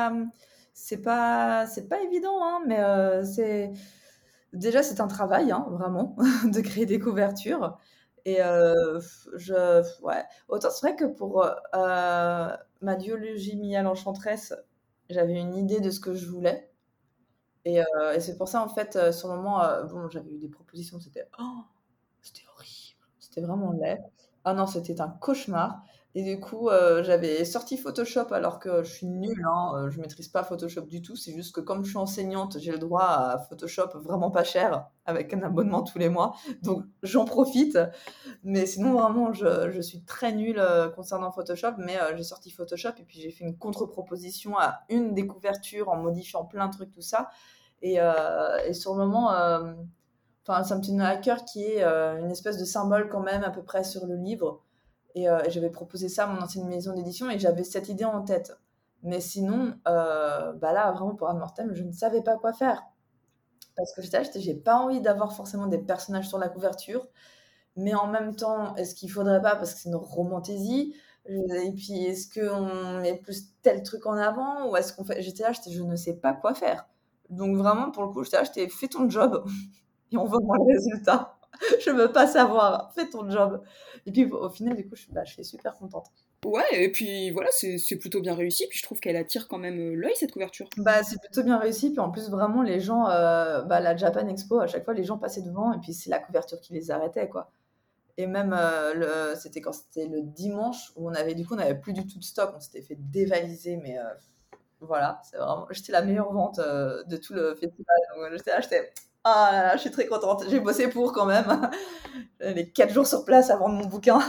c'est pas évident, hein, mais déjà, c'est un travail, hein, vraiment, de créer des couvertures. Et ouais. Autant c'est vrai que pour ma duologie Mia l'Enchanteresse, j'avais une idée de ce que je voulais. Et c'est pour ça, en fait, sur le moment, bon, j'avais eu des propositions, c'était horrible, c'était vraiment laid. Ah non, c'était un cauchemar. Et du coup, j'avais sorti Photoshop alors que je suis nulle, hein, je maîtrise pas Photoshop du tout. C'est juste que comme je suis enseignante, j'ai le droit à Photoshop vraiment pas cher, avec un abonnement tous les mois, donc j'en profite. Mais sinon, vraiment, je suis très nulle concernant Photoshop, mais j'ai sorti Photoshop et puis j'ai fait une contre-proposition à une des couvertures en modifiant plein de trucs, tout ça. Et sur le moment, enfin, ça me tenait à cœur qui est une espèce de symbole quand même à peu près sur le livre. Et j'avais proposé ça à mon ancienne maison d'édition et j'avais cette idée en tête. Mais sinon, bah là, vraiment pour Anne Mortem, je ne savais pas quoi faire. Parce que j'ai pas envie d'avoir forcément des personnages sur la couverture, mais en même temps, est-ce qu'il faudrait pas parce que c'est une romantaisie? Et puis, est-ce qu'on met plus tel truc en avant ou est-ce qu'on fait... Je ne sais pas quoi faire. Donc vraiment, pour le coup, fais ton job et on voit moi le résultat. Je veux pas savoir, fais ton job. Et puis au final, du coup, je suis super contente. Ouais, et puis voilà, c'est plutôt bien réussi, puis je trouve qu'elle attire quand même l'œil, cette couverture. Bah, c'est plutôt bien réussi, puis en plus, vraiment, les gens, bah, la Japan Expo, à chaque fois, les gens passaient devant, et puis c'est la couverture qui les arrêtait, quoi. Et même, c'était quand c'était le dimanche, où on avait plus du tout de stock, on s'était fait dévaliser, mais voilà, j'étais la meilleure vente de tout le festival. Donc, ah là là, je suis très contente, j'ai bossé pour quand même, les 4 jours sur place à vendre mon bouquin.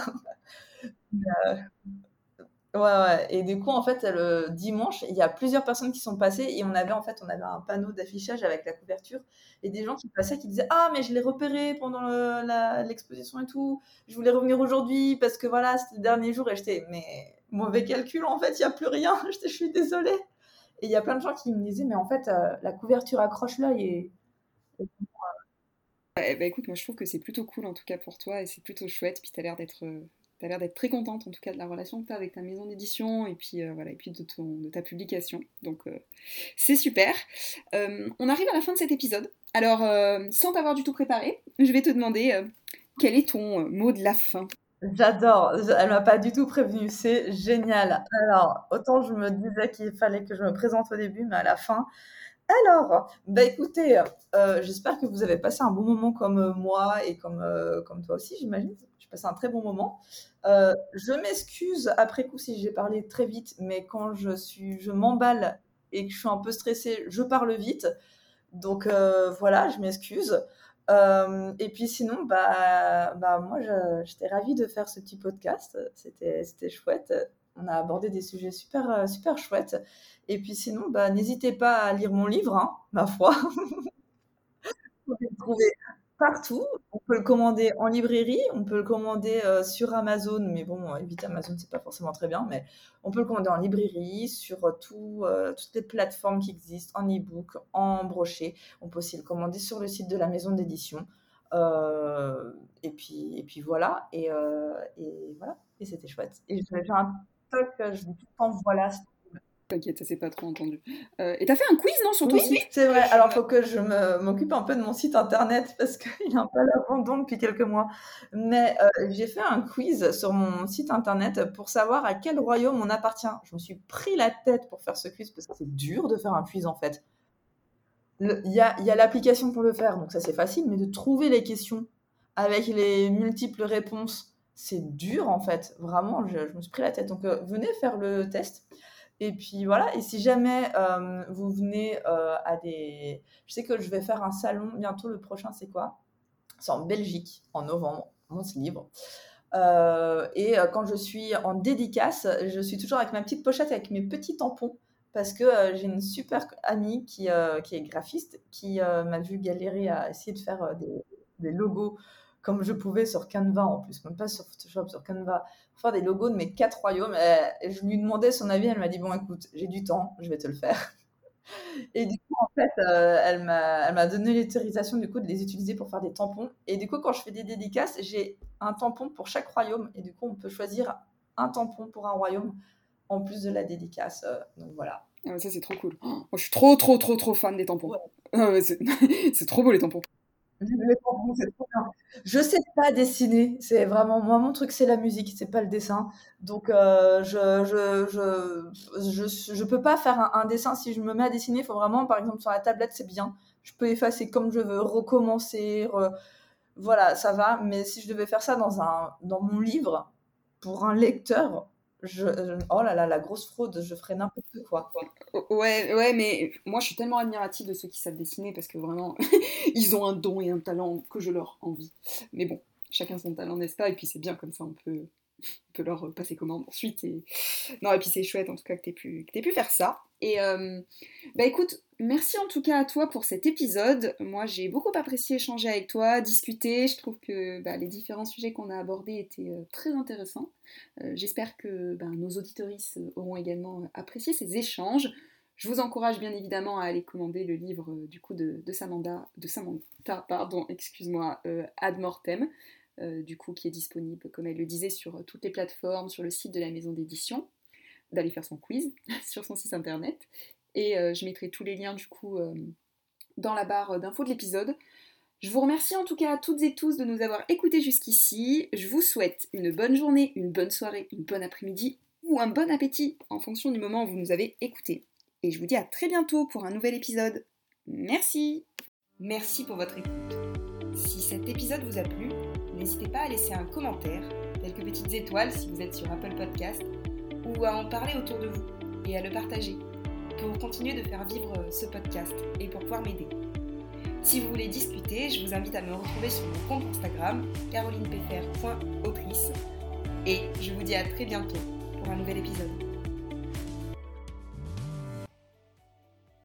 Ouais, ouais. Et du coup, en fait, le dimanche, il y a plusieurs personnes qui sont passées et on avait un panneau d'affichage avec la couverture et des gens qui passaient qui disaient ah mais je l'ai repéré pendant l'exposition et tout. Je voulais revenir aujourd'hui parce que voilà c'était le dernier jour et j'étais mais mauvais calcul en fait il y a plus rien. Je suis désolée. Et il y a plein de gens qui me disaient mais en fait la couverture accroche l'œil et Ouais, bah écoute, moi je trouve que c'est plutôt cool en tout cas pour toi et c'est plutôt chouette. Puis t'as l'air d'être très contente en tout cas de la relation que t'as avec ta maison d'édition et puis voilà et puis de ta publication. Donc c'est super. On arrive à la fin de cet épisode. Alors sans t'avoir du tout préparé, je vais te demander quel est ton mot de la fin. j'adore. Elle m'a pas du tout prévenue. C'est génial. Alors autant je me disais qu'il fallait que je me présente au début, mais à la fin. Alors, bah écoutez, j'espère que vous avez passé un bon moment comme moi et comme toi aussi, j'imagine. J'ai passé un très bon moment. Je m'excuse après coup si j'ai parlé très vite, mais quand je m'emballe et que je suis un peu stressée, je parle vite. Donc voilà, je m'excuse. Et puis sinon, moi, j'étais ravie de faire ce petit podcast. C'était chouette. On a abordé des sujets super chouettes. Et puis sinon, bah, n'hésitez pas à lire mon livre, hein, ma foi. Vous pouvez le trouver partout. On peut le commander en librairie, on peut le commander sur Amazon, mais bon, éviter Amazon, c'est pas forcément très bien, mais on peut le commander en librairie, sur toutes les plateformes qui existent, en e-book, en brochet. On peut aussi le commander sur le site de la maison d'édition. Et puis voilà, et voilà, et c'était chouette. Et je vais faire un truc, je dis tout le temps, voilà. T'inquiète, ça s'est pas trop entendu. Et t'as fait un quiz, non, sur ton Oui, site? c'est vrai. Alors, il faut que je m'occupe un peu de mon site internet parce qu'il est un peu à l'abandon depuis quelques mois. Mais j'ai fait un quiz sur mon site internet pour savoir à quel royaume on appartient. Je me suis pris la tête pour faire ce quiz parce que c'est dur de faire un quiz en fait. Il y a l'application pour le faire, donc ça c'est facile, mais de trouver les questions avec les multiples réponses, c'est dur en fait. Vraiment, je me suis pris la tête. Donc venez faire le test. Et puis voilà, et si jamais vous venez à des... Je sais que je vais faire un salon bientôt, le prochain c'est quoi? C'est en Belgique, en novembre, mon livre. Quand je suis en dédicace, je suis toujours avec ma petite pochette avec mes petits tampons parce que j'ai une super amie qui est graphiste qui m'a vu galérer à essayer de faire des logos comme je pouvais sur Canva en plus, même pas sur Photoshop, sur Canva, pour faire des logos de mes 4 royaumes. Et je lui demandais son avis, elle m'a dit bon écoute, j'ai du temps, je vais te le faire. Et du coup, en fait, elle m'a donné l'autorisation du coup de les utiliser pour faire des tampons. Et du coup, quand je fais des dédicaces, j'ai un tampon pour chaque royaume. Et du coup, on peut choisir un tampon pour un royaume en plus de la dédicace. Donc voilà. Ah, ça, c'est trop cool. Oh, moi, je suis trop fan des tampons. Ouais. Ah ouais, c'est trop beau les tampons. Les tampons, c'est trop bien. Je sais pas dessiner. C'est vraiment moi mon truc, c'est la musique, c'est pas le dessin. Donc je peux pas faire un dessin. Si je me mets à dessiner, il faut vraiment, par exemple, sur la tablette, c'est bien. Je peux effacer comme je veux, recommencer. Voilà, ça va. Mais si je devais faire ça dans mon livre, pour un lecteur, oh là là, la grosse fraude, je ferais n'importe quoi. Ouais, mais moi je suis tellement admirative de ceux qui savent dessiner parce que vraiment, ils ont un don et un talent que je leur envie. Mais bon, chacun son talent, n'est-ce pas? Et puis c'est bien comme ça, on peut leur passer commande ensuite. Non, et puis c'est chouette en tout cas que t'aies pu faire ça. Et bah écoute, merci en tout cas à toi pour cet épisode. Moi j'ai beaucoup apprécié échanger avec toi, discuter. Je trouve que les différents sujets qu'on a abordés étaient très intéressants. J'espère que nos auditoristes auront également apprécié ces échanges. Je vous encourage bien évidemment à aller commander le livre du coup de Samantha, pardon, excuse-moi, Ad Mortem. Du coup qui est disponible, comme elle le disait, sur toutes les plateformes, sur le site de la maison d'édition, d'aller faire son quiz sur son site internet. Et je mettrai tous les liens du coup dans la barre d'infos de l'épisode. Je vous remercie en tout cas à toutes et tous de nous avoir écoutés jusqu'ici. Je vous souhaite une bonne journée, une bonne soirée, une bonne après-midi ou un bon appétit en fonction du moment où vous nous avez écoutés. Et je vous dis à très bientôt pour un nouvel épisode. Merci! Merci pour votre écoute. Si cet épisode vous a plu, n'hésitez pas à laisser un commentaire, quelques petites étoiles si vous êtes sur Apple Podcast, ou à en parler autour de vous et à le partager pour continuer de faire vivre ce podcast et pour pouvoir m'aider. Si vous voulez discuter, je vous invite à me retrouver sur mon compte Instagram carolinepfr.autrice et je vous dis à très bientôt pour un nouvel épisode.